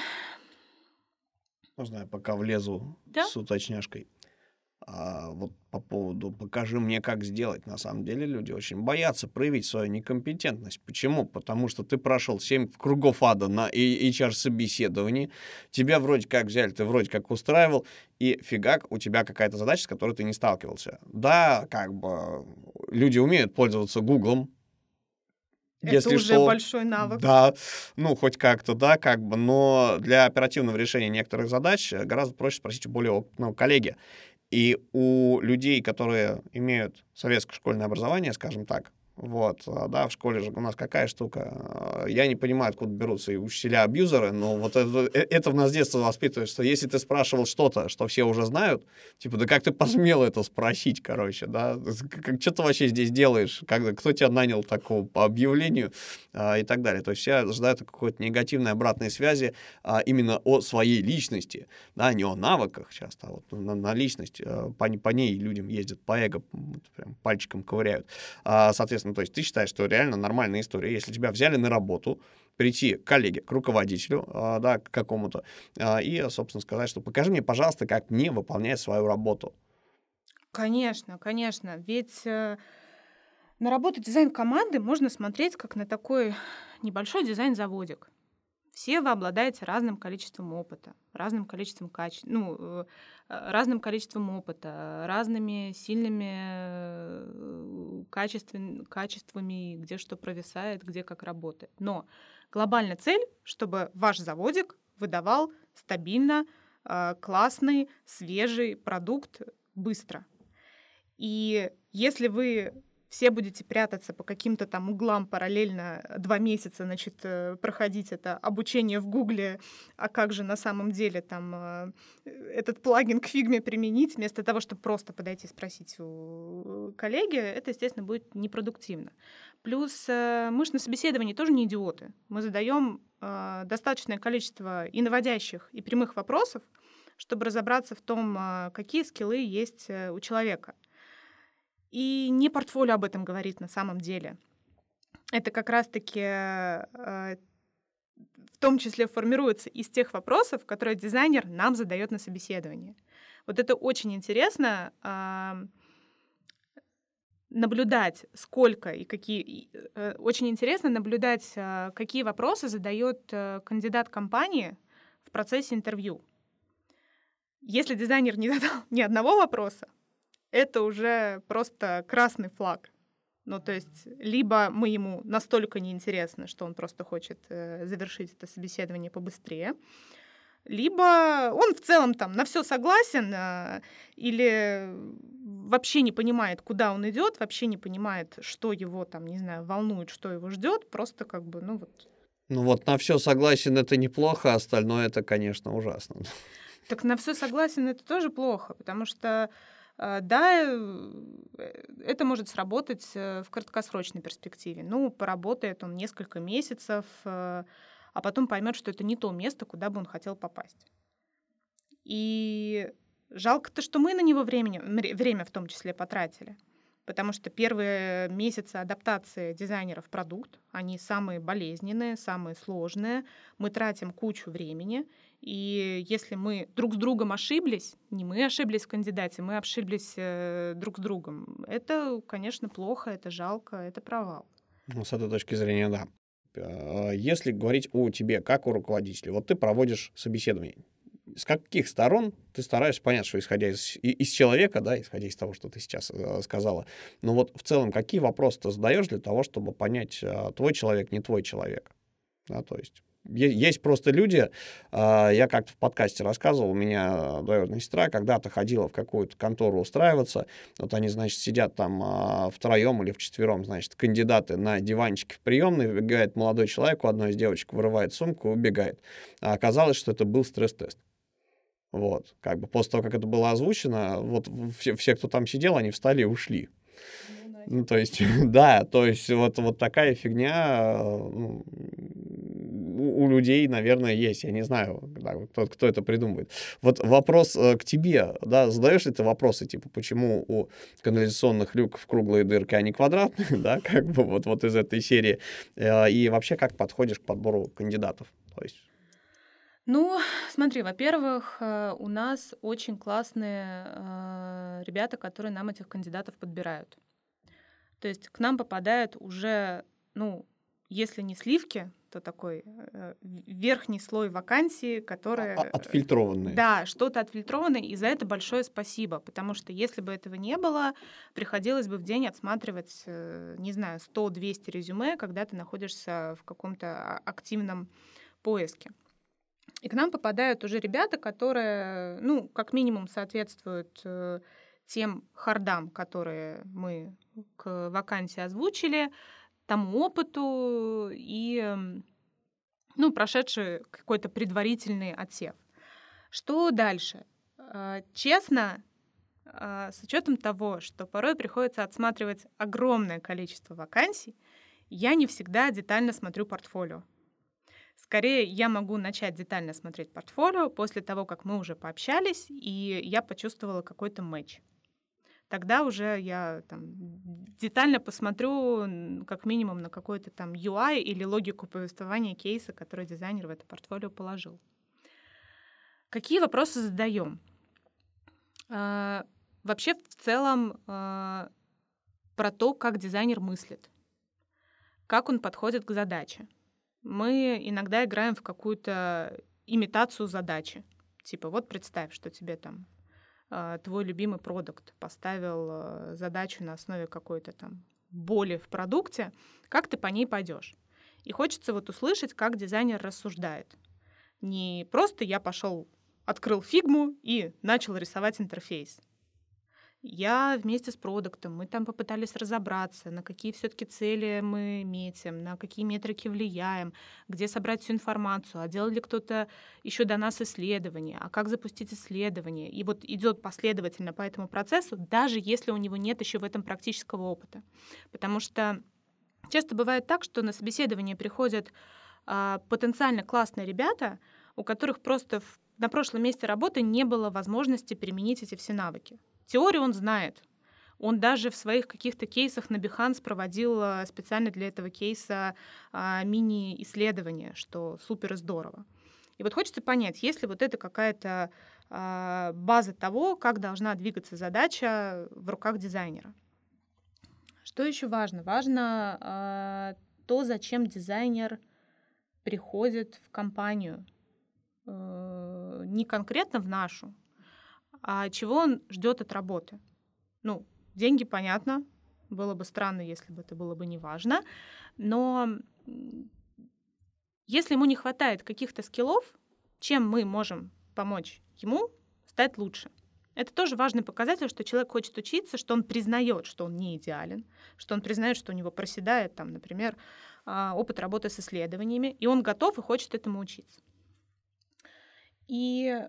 Можно я пока влезу
Да?
с уточняшкой? А вот по поводу «покажи мне, как сделать». На самом деле люди очень боятся проявить свою некомпетентность. Почему? Потому что ты прошел семь кругов ада на эйч ар-собеседовании, тебя вроде как взяли, ты вроде как устраивал, и фигак, у тебя какая-то задача, с которой ты не сталкивался. Да, как бы люди умеют пользоваться Гуглом,
Это
если
уже
что,
большой навык.
да, ну, хоть как-то, да, как бы, но для оперативного решения некоторых задач гораздо проще спросить у более опытного коллеги. И у людей, которые имеют советское школьное образование, скажем так, вот, а, да, в школе же у нас какая штука, а, я не понимаю, откуда берутся и учителя-абьюзеры, но вот это, э- это в нас с детства воспитывает, что если ты спрашивал что-то, что все уже знают, типа, да как ты посмел это спросить, короче, да, как, что ты вообще здесь делаешь, как, кто тебя нанял такого по объявлению, а, и так далее. То есть все ожидают какой-то негативной обратной связи а, именно о своей личности, да, не о навыках часто, а вот на, на личность, а, по, по ней людям ездят, по эго, вот прям пальчиком ковыряют. А, соответственно, то есть ты считаешь, что реально нормальная история, если тебя взяли на работу, прийти к коллеге, к руководителю, а, да, к какому-то, а, и, собственно, сказать, что покажи мне, пожалуйста, как мне выполнять свою работу.
Конечно, конечно. Ведь э, на работу дизайн команды можно смотреть как на такой небольшой дизайн-заводик. Все вы обладаете разным количеством опыта, разным количеством качеств, ну, э, э, разным количеством опыта, разными сильными э, качествен- качествами, где что провисает, где как работает. Но глобальная цель, чтобы ваш заводик выдавал стабильно э, классный, свежий продукт быстро. И если вы все будете прятаться по каким-то там углам параллельно два месяца, значит, э, проходить это обучение в Гугле, а как же на самом деле там э, этот плагин к фигме применить, вместо того, чтобы просто подойти и спросить у коллеги, это, естественно, будет непродуктивно. Плюс э, мы же на собеседовании тоже не идиоты. Мы задаем э, достаточное количество и наводящих, и прямых вопросов, чтобы разобраться в том, э, какие скиллы есть э, у человека. И не портфолио об этом говорит на самом деле. Это как раз-таки э, в том числе формируется из тех вопросов, которые дизайнер нам задает на собеседовании. Вот это очень интересно а, наблюдать, сколько и какие. и, э, Очень интересно наблюдать, а, какие вопросы задает э, кандидат компании в процессе интервью. Если дизайнер не задал ни одного вопроса, это уже просто красный флаг. Ну, то есть, либо мы ему настолько неинтересны, что он просто хочет э, завершить это собеседование побыстрее, либо он в целом там на все согласен э, или вообще не понимает, куда он идет, вообще не понимает, что его там, не знаю, волнует, что его ждет, просто как бы, ну вот.
Ну вот на все согласен — это неплохо, а остальное — это, конечно, ужасно.
Так на все согласен это тоже плохо, потому что э, да, э, это может сработать э, в краткосрочной перспективе. Ну, поработает он несколько месяцев, э, а потом поймет, что это не то место, куда бы он хотел попасть. И жалко-то, что мы на него времени, мре- время в том числе потратили. Потому что первые месяцы адаптации дизайнера в продукт, они самые болезненные, самые сложные. Мы тратим кучу времени. И если мы друг с другом ошиблись, не мы ошиблись в кандидате, мы ошиблись э, друг с другом, это, конечно, плохо, это жалко, это провал.
Ну, с этой точки зрения, да. А, Если говорить о тебе как о руководителе, вот ты проводишь собеседование. С каких сторон ты стараешься понять, что исходя из, и- из человека, да, исходя из того, что ты сейчас э, сказала, но вот в целом какие вопросы ты задаешь для того, чтобы понять, а, твой человек, не твой человек? Да, то есть есть просто люди, я как-то в подкасте рассказывал, у меня двоюродная сестра когда-то ходила в какую-то контору устраиваться, вот они, значит, сидят там втроем или вчетвером, значит, кандидаты на диванчике в приемной, выбегает молодой человек, у одной из девочек вырывает сумку, убегает. А оказалось, что это был стресс-тест. Вот, как бы после того, как это было озвучено, вот все, все кто там сидел, они встали и ушли. Ну, то есть, да, то есть вот, вот такая фигня ну, у, у людей, наверное, есть. Я не знаю, да, кто, кто это придумывает. Вот вопрос э, к тебе, да, задаешь ли ты вопросы, типа, почему у канализационных люков круглые дырки, а не квадратные, да, как бы вот, вот из этой серии. Э, и вообще, как подходишь к подбору кандидатов? То есть...
Ну, смотри, во-первых, э, у нас очень классные э, ребята, которые нам этих кандидатов подбирают. То есть к нам попадают уже, ну, если не сливки, то такой э, верхний слой вакансий, которые...
Отфильтрованные.
Да, что-то отфильтрованное, и за это большое спасибо, потому что если бы этого не было, приходилось бы в день отсматривать, э, не знаю, сто-двести резюме, когда ты находишься в каком-то активном поиске. И к нам попадают уже ребята, которые, ну, как минимум соответствуют э, тем хардам, которые мы к вакансии озвучили, тому опыту и, ну, прошедший какой-то предварительный отсев. Что дальше? Честно, с учетом того, что порой приходится отсматривать огромное количество вакансий, я не всегда детально смотрю портфолио. Скорее, я могу начать детально смотреть портфолио после того, как мы уже пообщались, и я почувствовала какой-то матч. Тогда уже я там детально посмотрю как минимум на какой-то там ю ай или логику повествования кейса, который дизайнер в это портфолио положил. Какие вопросы задаем? А, вообще, в целом, а, про то, как дизайнер мыслит, как он подходит к задаче. Мы иногда играем в какую-то имитацию задачи. Типа, вот представь, что тебе там твой любимый продукт поставил задачу на основе какой-то там боли в продукте, как ты по ней пойдешь. И хочется вот услышать, как дизайнер рассуждает. Не просто я пошел, открыл фигму и начал рисовать интерфейс. Я вместе с продуктом, мы там попытались разобраться, на какие все-таки цели мы метим, на какие метрики влияем, где собрать всю информацию, а делал ли кто-то еще до нас исследование, а как запустить исследование. И вот идет последовательно по этому процессу, даже если у него нет еще в этом практического опыта. Потому что часто бывает так, что на собеседование приходят а, потенциально классные ребята, у которых просто в, на прошлом месте работы не было возможности применить эти все навыки. Теорию он знает. Он даже в своих каких-то кейсах на Behance проводил специально для этого кейса а, мини-исследования, что супер и здорово. И вот хочется понять, есть ли вот это какая-то а, база того, как должна двигаться задача в руках дизайнера. Что еще важно? Важно а, то, зачем дизайнер приходит в компанию. А, не конкретно в нашу, а чего он ждет от работы? Ну, деньги, понятно. Было бы странно, если бы это было бы неважно. Но если ему не хватает каких-то скиллов, чем мы можем помочь ему стать лучше? Это тоже важный показатель, что человек хочет учиться, что он признает, что он не идеален, что он признает, что у него проседает, там, например, опыт работы с исследованиями, и он готов и хочет этому учиться. И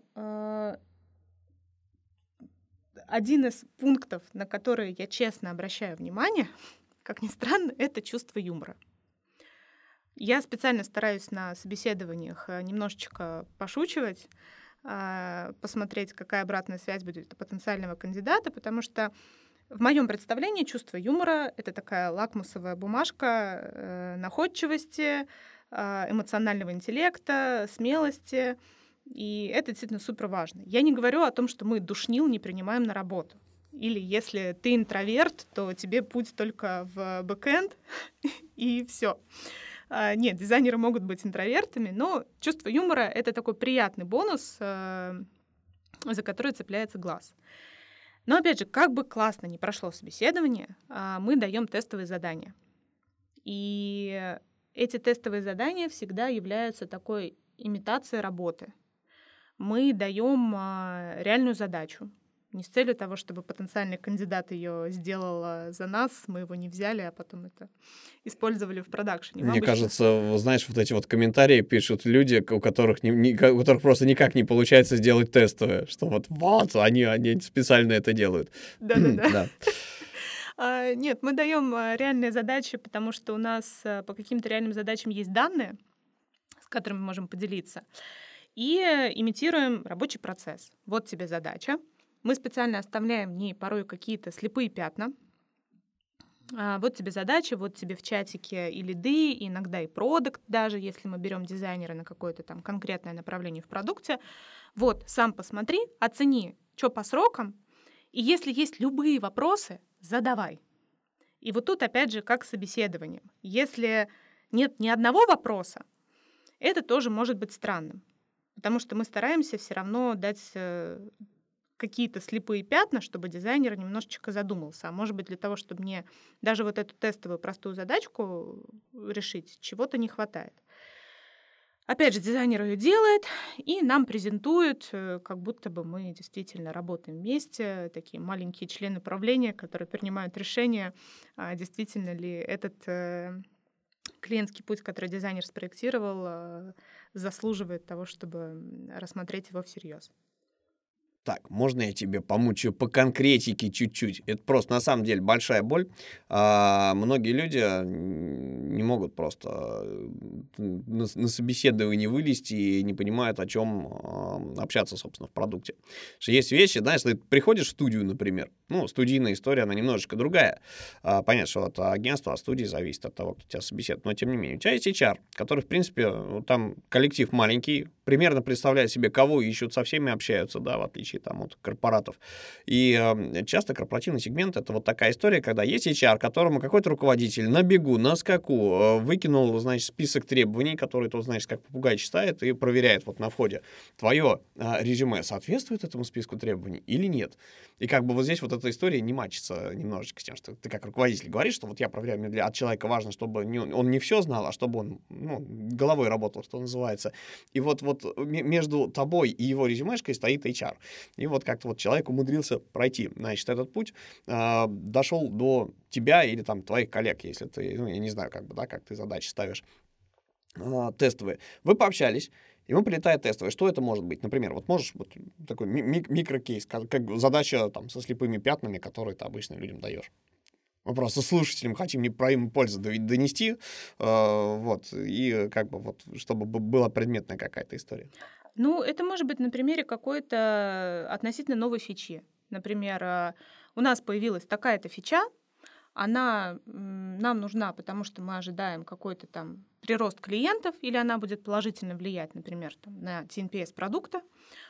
один из пунктов, на которые я честно обращаю внимание, как ни странно, это чувство юмора. Я специально стараюсь на собеседованиях немножечко пошучивать, посмотреть, какая обратная связь будет у потенциального кандидата, потому что в моем представлении чувство юмора — это такая лакмусовая бумажка находчивости, эмоционального интеллекта, смелости. И это действительно супер важно. Я не говорю о том, что мы душнил не принимаем на работу. Или если ты интроверт, то тебе путь только в бэкэнд, и все. Нет, дизайнеры могут быть интровертами, но чувство юмора — это такой приятный бонус, за который цепляется глаз. Но, опять же, как бы классно ни прошло собеседование, мы даем тестовые задания. И Эти тестовые задания всегда являются такой имитацией работы. Мы даем а, реальную задачу. Не с целью того, чтобы потенциальный кандидат ее сделал а, за нас, мы его не взяли, а потом это использовали в продакшене. Мы
Мне
обычно-
кажется, знаешь, вот эти вот комментарии пишут люди, у которых, не, не- у которых просто никак не получается сделать тестовые, что вот вот они, они специально это делают.
Да-да-да.
Да.
А, Нет, мы даем а, реальные задачи, потому что у нас а, по каким-то реальным задачам есть данные, с которыми мы можем поделиться, и э, имитируем рабочий процесс. Вот тебе задача. Мы специально оставляем в ней порой какие-то слепые пятна. А, Вот тебе задача, вот тебе в чатике и лиды, и иногда и продукт, даже если мы берем дизайнера на какое-то там конкретное направление в продукте. Вот, сам посмотри, оцени, что по срокам, и если есть любые вопросы, задавай. И вот тут опять же как с собеседованием. Если нет ни одного вопроса, это тоже может быть странным, потому что мы стараемся все равно дать э, какие-то слепые пятна, чтобы дизайнер немножечко задумался. А может быть, для того, чтобы мне даже вот эту тестовую простую задачку решить, чего-то не хватает. Опять же, дизайнер ее делает и нам презентует, э, как будто бы мы действительно работаем вместе, такие маленькие члены правления, которые принимают решение, а действительно ли этот э, клиентский путь, который дизайнер спроектировал, э, заслуживает того, чтобы м, рассмотреть его всерьез.
Так, можно я тебе помучаю по конкретике чуть-чуть? Это просто на самом деле большая боль. А, многие люди м, не могут просто э, на, на собеседование вылезти и не понимают, о чем а, общаться, собственно, в продукте. Потому что есть вещи, знаешь, ты приходишь в студию, например, ну, студийная история, она немножечко другая. А, понятно, что от агентства, от студии зависит от того, кто тебя собеседует, но тем не менее. У тебя есть эйч ар, который, в принципе, ну, там коллектив маленький, примерно представляет себе, кого ищут, со всеми общаются, да, в отличие там от корпоратов. И э, часто корпоративный сегмент — это вот такая история, когда есть эйч ар, которому какой-то руководитель на бегу, на скаку э, выкинул, значит, список требований, которые тот, значит, как попугай читает и проверяет вот на входе. Твое э, резюме соответствует этому списку требований или нет? И как бы вот здесь вот эта история не мачится немножечко с тем, что ты как руководитель говоришь, что вот я проверяю, мне для, от человека важно, чтобы не, он не все знал, а чтобы он, ну, головой работал, что называется. И вот, вот между тобой и его резюмешкой стоит эйч ар. И вот как-то вот человек умудрился пройти, значит, этот путь, э, дошел до тебя или там твоих коллег, если ты, ну, я не знаю, как бы, да, как ты задачи ставишь, э, тестовые. Вы пообщались, ему прилетает тестовое. Что это может быть? Например, вот можешь вот такой ми- ми- микрокейс, как, как задача там со слепыми пятнами, которые ты обычно людям даешь. Мы просто слушателям хотим не про им пользу донести, э, вот, и как бы вот, чтобы была предметная какая-то история.
Ну, это может быть на примере какой-то относительно новой фичи. Например, а, у нас появилась такая-то фича, она м, нам нужна, потому что мы ожидаем какой-то там прирост клиентов, или она будет положительно влиять, например, там, на ти эн пи эс продукта.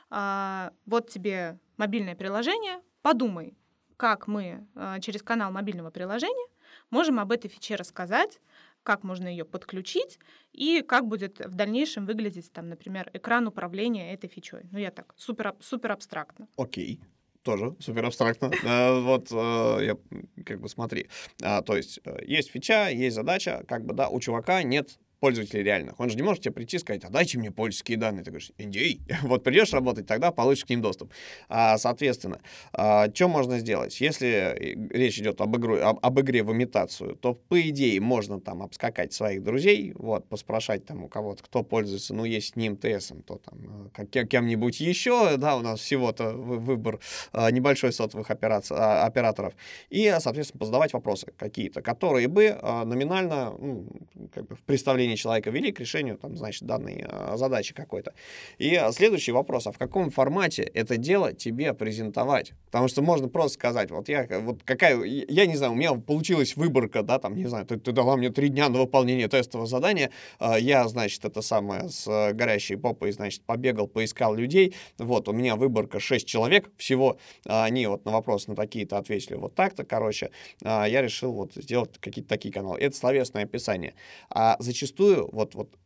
А, вот тебе мобильное приложение, подумай, как мы а, через канал мобильного приложения можем об этой фиче рассказать, как можно ее подключить и как будет в дальнейшем выглядеть, там, например, экран управления этой фичой. Ну, я так, супер, аб- супер абстрактно.
Окей. Тоже супер абстрактно. Э, Вот, э, я, м, как бы, смотри. А, То есть, э, есть фича, есть задача, как бы, да, у чувака нет пользователей реальных. Он же не может тебе прийти и сказать: а дайте мне пользовательские данные. Ты говоришь: эн ди эй. Вот придешь работать, тогда получишь к ним доступ. А, Соответственно, что можно сделать? Если э, речь идет об, игру, об, об игре в имитацию, то, по идее, можно там обскакать своих друзей, вот, поспрашать там у кого-то, кто пользуется, ну, есть не эм тэ эс, то там э, как, кем- кем-нибудь еще, да, у нас всего-то вы- выбор э, небольшой сотовых операций, а, операторов, и, соответственно, позадавать вопросы какие-то, которые бы э, номинально, ну, как бы в представлении человека вели к решению, там, значит, данной э, задачи какой-то. И э, следующий вопрос: а в каком формате это дело тебе презентовать? Потому что можно просто сказать: вот я, вот какая, я не знаю, у меня получилась выборка, да, там, не знаю, ты, ты дала мне три дня на выполнение тестового задания, э, я, значит, это самое, с э, горящей попой, значит, побегал, поискал людей, вот, у меня выборка шесть человек всего, а они вот на вопросы на такие-то ответили вот так-то, короче, а я решил вот сделать какие-то такие каналы. Это словесное описание. А зачастую вот, вот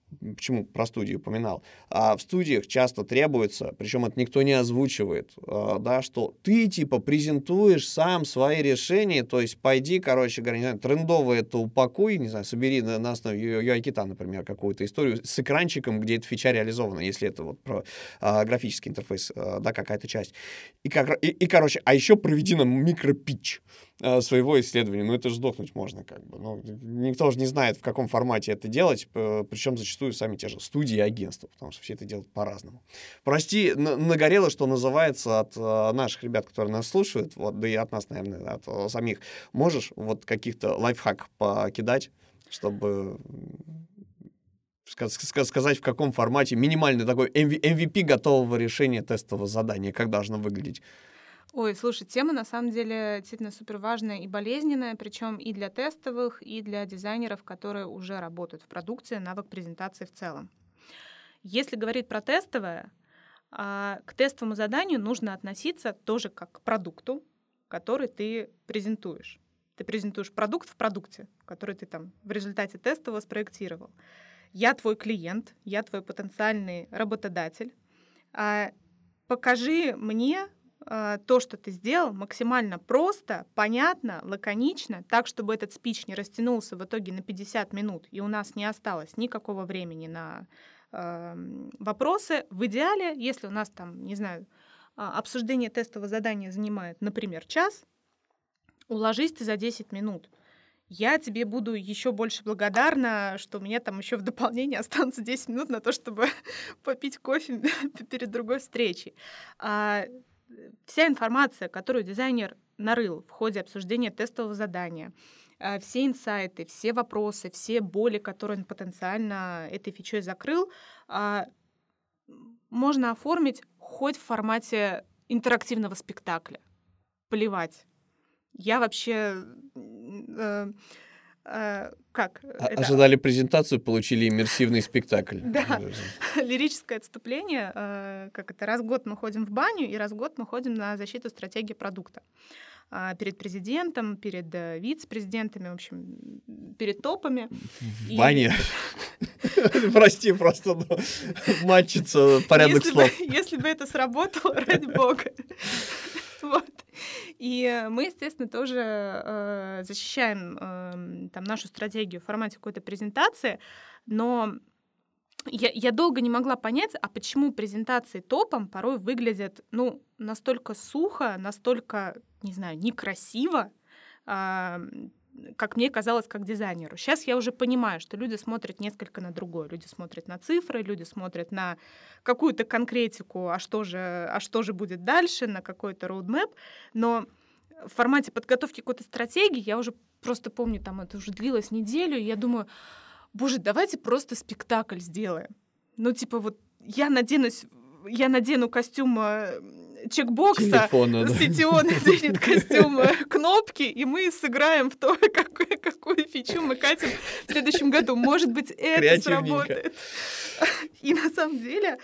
почему про студию упоминал, а в студиях часто требуется, причем это никто не озвучивает, да, что ты типа презентуешь сам свои решения, то есть пойди, короче говоря, не знаю, трендово это упакуй, не знаю, собери на, на основе ю ай кита, например, какую-то историю с экранчиком, где эта фича реализована, если это вот про а, графический интерфейс, а, да, какая-то часть. И, как, и, и, короче, а еще проведи нам микропитч а, своего исследования. Ну, это же сдохнуть можно, как бы. Ну, никто же не знает, в каком формате это делать, причем зачастую сами те же студии и агентства, потому что все это делают по-разному. Прости, нагорело, что называется, от а, наших ребят, которые нас слушают, вот, да и от нас, наверное, от а, самих. Можешь вот каких-то лайфхак покидать, чтобы сказать, в каком формате минимальный такой эм ви пи готового решения тестового задания, как должно выглядеть?
Ой, слушай, тема на самом деле действительно супер важная и болезненная, причем и для тестовых, и для дизайнеров, которые уже работают в продукции, навык презентации в целом. Если говорить про тестовое, а, к тестовому заданию нужно относиться тоже как к продукту, который ты презентуешь. Ты презентуешь продукт в продукте, который ты там в результате тестового спроектировал. Я твой клиент, я твой потенциальный работодатель. А, покажи мне а, то, что ты сделал, максимально просто, понятно, лаконично, так, чтобы этот спич не растянулся в итоге на пятьдесят минут, и у нас не осталось никакого времени на э, вопросы. В идеале, если у нас там, не знаю, обсуждение тестового задания занимает, например, час, уложись ты за десять минут. Я тебе буду еще больше благодарна, что у меня там еще в дополнение останутся десять минут на то, чтобы попить кофе перед другой встречей. А вся информация, которую дизайнер нарыл в ходе обсуждения тестового задания, все инсайты, все вопросы, все боли, которые он потенциально этой фичой закрыл, можно оформить хоть в формате интерактивного спектакля. Плевать. Я вообще... Э, э, как?
А, это... Ожидали презентацию, получили иммерсивный спектакль.
Да, лирическое отступление. Э, как это? Раз в год мы ходим в баню, и раз в год мы ходим на защиту стратегии продукта. Э, перед президентом, перед э, вице-президентами, в общем, перед топами.
В бане? Прости, просто матчится порядок слов.
Если бы это сработало, ради бога. Вот. И мы, естественно, тоже э, защищаем э, там, нашу стратегию в формате какой-то презентации, но я, я долго не могла понять, а почему презентации топом порой выглядят ну, настолько сухо, настолько, не знаю, некрасиво, э, как мне казалось, как дизайнеру. Сейчас я уже понимаю, что люди смотрят несколько на другое. Люди смотрят на цифры, люди смотрят на какую-то конкретику, а что же, а что же будет дальше, на какой-то роудмэп. Но в формате подготовки какой-то стратегии я уже просто помню, там это уже длилось неделю, и я думаю, боже, давайте просто спектакль сделаем. Ну, типа вот я наденусь, я надену костюм чекбокса,
телефона, да.
си ти о наденет костюм кнопки, и мы сыграем в то, какую, какую фичу мы катим в следующем году. Может быть, это сработает. И на самом деле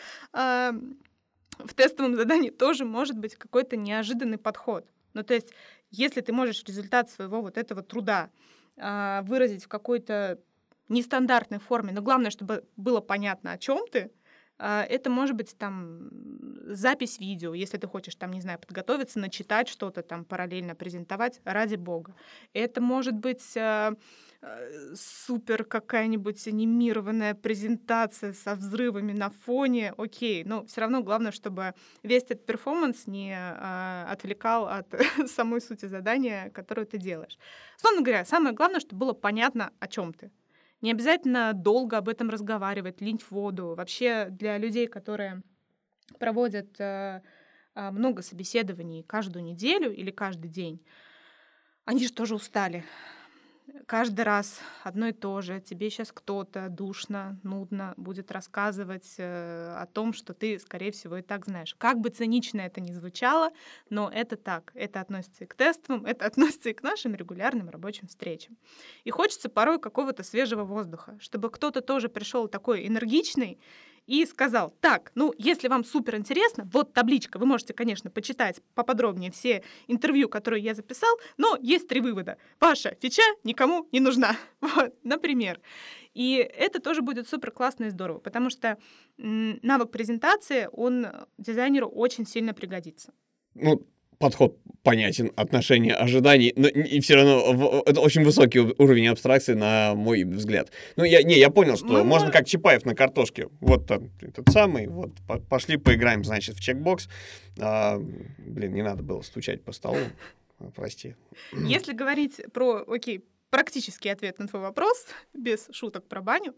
в тестовом задании тоже может быть какой-то неожиданный подход. Ну, то есть, если ты можешь результат своего вот этого труда выразить в какой-то нестандартной форме, но главное, чтобы было понятно, о чем ты, это может быть там запись видео, если ты хочешь там, не знаю, подготовиться, начитать что-то там, параллельно презентовать, ради бога. Это может быть э, э, супер какая-нибудь анимированная презентация со взрывами на фоне, окей, но все равно главное, чтобы весь этот перформанс не э, отвлекал от самой сути задания, которое ты делаешь. Условно говоря, самое главное, чтобы было понятно, о чем ты. Не обязательно долго об этом разговаривать, лить в воду. Вообще для людей, которые проводят э, много собеседований каждую неделю или каждый день, они же тоже устали. Каждый раз одно и то же. Тебе сейчас кто-то душно, нудно будет рассказывать э, о том, что ты, скорее всего, и так знаешь. Как бы цинично это ни звучало, но это так. Это относится и к тестовым, это относится и к нашим регулярным рабочим встречам. И хочется порой какого-то свежего воздуха, чтобы кто-то тоже пришел такой энергичный и сказал: так, ну, если вам супер интересно, вот табличка, вы можете, конечно, почитать поподробнее все интервью, которые я записал, но есть три вывода. Ваша фича никому не нужна. Вот, например. И это тоже будет супер классно и здорово, потому что м, навык презентации, он дизайнеру очень сильно пригодится.
Ну, подход понятен, отношение ожиданий, но и все равно в- это очень высокий у- уровень абстракции, на мой взгляд. Ну, я, не, я понял, что
Мы
можно
мо-
как Чапаев на картошке. Вот там этот самый, вот по- пошли поиграем, значит, в чекбокс. А, блин, не надо было стучать по столу, а, прости.
Если говорить про, окей, практический ответ на твой вопрос, без шуток про баню,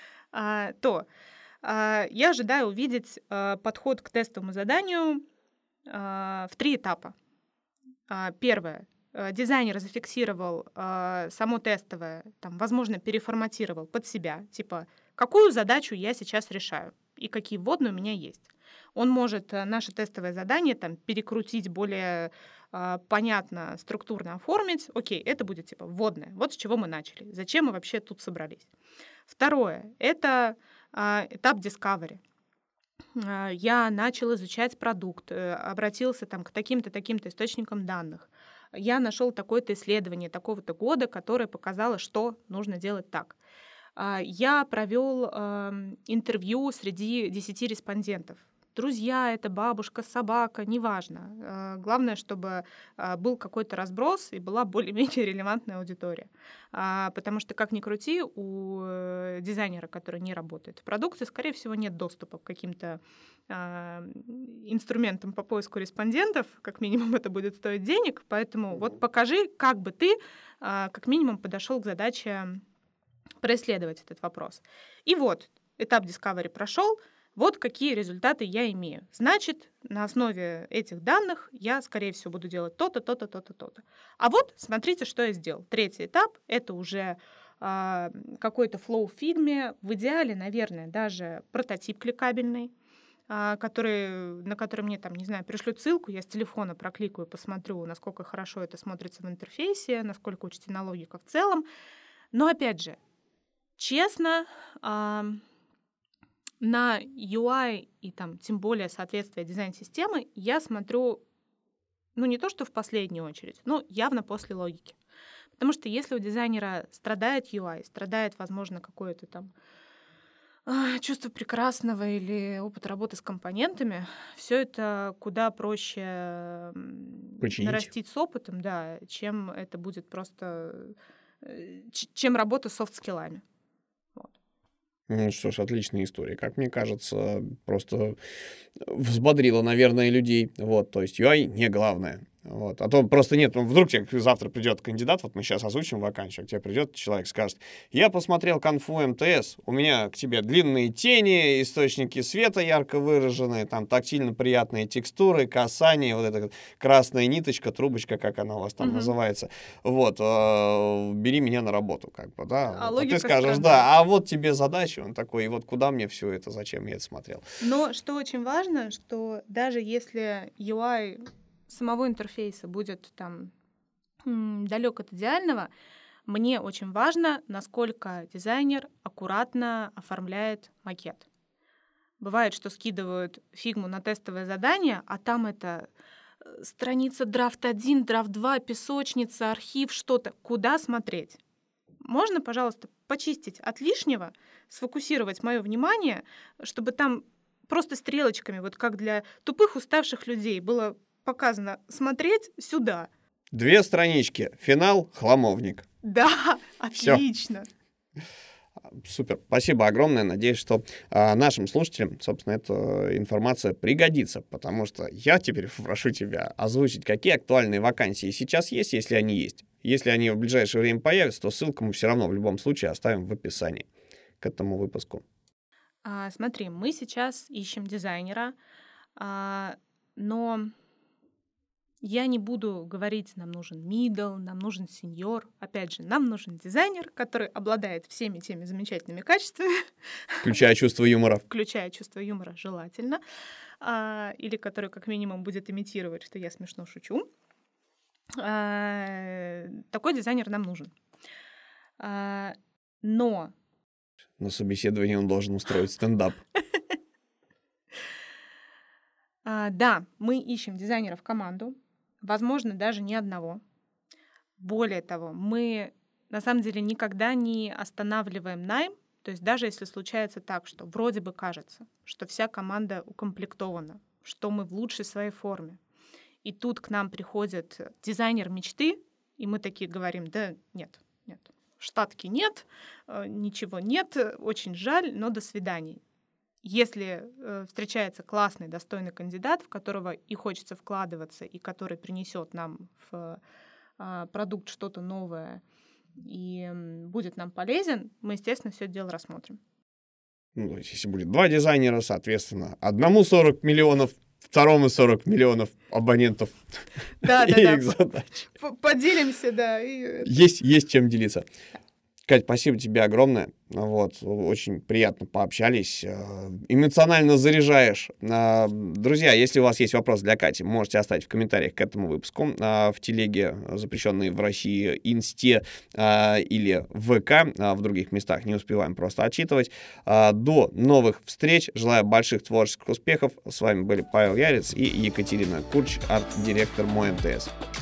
а, то а, я ожидаю увидеть а, подход к тестовому заданию а, в три этапа. А, Первое. э, Дизайнер зафиксировал а, само тестовое, там, возможно, переформатировал под себя, типа, какую задачу я сейчас решаю и какие вводные у меня есть. Он может э, наше тестовое задание там, перекрутить более а, понятно, структурно оформить. Окей, это будет типа вводное. Вот с чего мы начали. Зачем мы вообще тут собрались? Второе. Это а, этап discovery. А, Я начал изучать продукт, э, обратился там к таким-то, таким-то источникам данных. Я нашел такое-то исследование такого-то года, которое показало, что нужно делать так. А, Я провел ам, интервью среди десяти респондентов. Друзья, это бабушка, собака, неважно. А, Главное, чтобы а, был какой-то разброс и была более-менее релевантная аудитория. А, Потому что, как ни крути, у э, дизайнера, который не работает в продукции, скорее всего, нет доступа к каким-то а, инструментам по поиску респондентов. Как минимум, это будет стоить денег. Поэтому вот покажи, как бы ты а, как минимум подошел к задаче происследовать этот вопрос. И вот, этап Discovery прошел, вот какие результаты я имею. Значит, на основе этих данных я, скорее всего, буду делать то-то, то-то, то-то, то-то. А вот, смотрите, что я сделал. Третий этап — это уже а, какой-то флоу в фигме, в идеале, наверное, даже прототип кликабельный, а, который, на который мне, там, не знаю, пришлют ссылку, я с телефона прокликаю, посмотрю, насколько хорошо это смотрится в интерфейсе, насколько учтена логика в целом. Но, опять же, честно, ам, на ю ай и там тем более соответствие дизайн-системы я смотрю, ну, не то что в последнюю очередь, но явно после логики. Потому что если у дизайнера страдает ю ай, страдает, возможно, какое-то там а, чувство прекрасного или опыт работы с компонентами, все это куда проще м,
Починить.
нарастить с опытом, да, чем это будет просто, э, ч- чем работа с софт-скиллами. Вот.
Ну что ж, отличная история. Как мне кажется, просто взбодрила, наверное, людей. Вот, то есть ю ай не главное. Вот. А то просто нет, ну, вдруг тебе завтра придет кандидат, вот мы сейчас озвучим вакансию, к тебе придет человек, скажет: я посмотрел конфу эм тэ эс, у меня к тебе длинные тени, источники света ярко выраженные, там тактильно приятные текстуры, касание, вот эта красная ниточка, трубочка, как она у вас там
Мгм.
называется. Вот, э, бери меня на работу, как бы, да.
А
Вот. А ты
логика
скажешь:
страдает.
да, а вот тебе задача, он такой, и вот куда мне все это, зачем я это смотрел?
Но что очень важно, что даже если ю ай самого интерфейса будет там далек от идеального, мне очень важно, насколько дизайнер аккуратно оформляет макет. Бывает, что скидывают фигму на тестовое задание, а там это э, страница драфт один, драфт два, песочница, архив, что-то. Куда смотреть? Можно, пожалуйста, почистить от лишнего, сфокусировать мое внимание, чтобы там просто стрелочками, вот как для тупых уставших людей, было показано смотреть сюда.
Две странички, финал, хламовник.
Да,
Всё.
отлично.
Супер, спасибо огромное. Надеюсь, что а, нашим слушателям, собственно, эта информация пригодится, потому что я теперь прошу тебя озвучить, какие актуальные вакансии сейчас есть, если они есть. Если они в ближайшее время появятся, то ссылку мы все равно в любом случае оставим в описании к этому выпуску.
А, смотри, мы сейчас ищем дизайнера, а, но я не буду говорить, нам нужен middle, нам нужен сеньор. Опять же, нам нужен дизайнер, который обладает всеми теми замечательными качествами,
Включая чувство юмора.
включая чувство юмора желательно, а, или который как минимум будет имитировать, что я смешно шучу. А, Такой дизайнер нам нужен. А, Но
На собеседовании он должен устроить стендап.
А, да, мы ищем дизайнера в команду, возможно, даже не одного. Более того, мы на самом деле никогда не останавливаем найм, то есть даже если случается так, что вроде бы кажется, что вся команда укомплектована, что мы в лучшей своей форме, и тут к нам приходит дизайнер мечты, и мы такие говорим: да нет, нет, штатки нет, э, ничего нет, э, очень жаль, но до свидания. Если э, встречается классный, достойный кандидат, в которого и хочется вкладываться, и который принесет нам в э, продукт что-то новое и м, будет нам полезен, мы, естественно, все это дело рассмотрим.
Ну, то есть, если будет два дизайнера, соответственно, одному сорок миллионов, второму сорок миллионов абонентов
Да,
и
да, да.
их задач.
п- Поделимся, да. и это-
Есть, есть чем делиться. Кать, спасибо тебе огромное. Вот, очень приятно пообщались. э, Эмоционально заряжаешь. А, Друзья, если у вас есть вопрос для Кати, можете оставить в комментариях к этому выпуску а, в телеге, запрещенной в России, Инсте а, или в ВК. А, В других местах не успеваем просто отчитывать. А, До новых встреч. Желаю больших творческих успехов. С вами были Павел Ярец и Екатерина Курч, арт-директор МО МТС.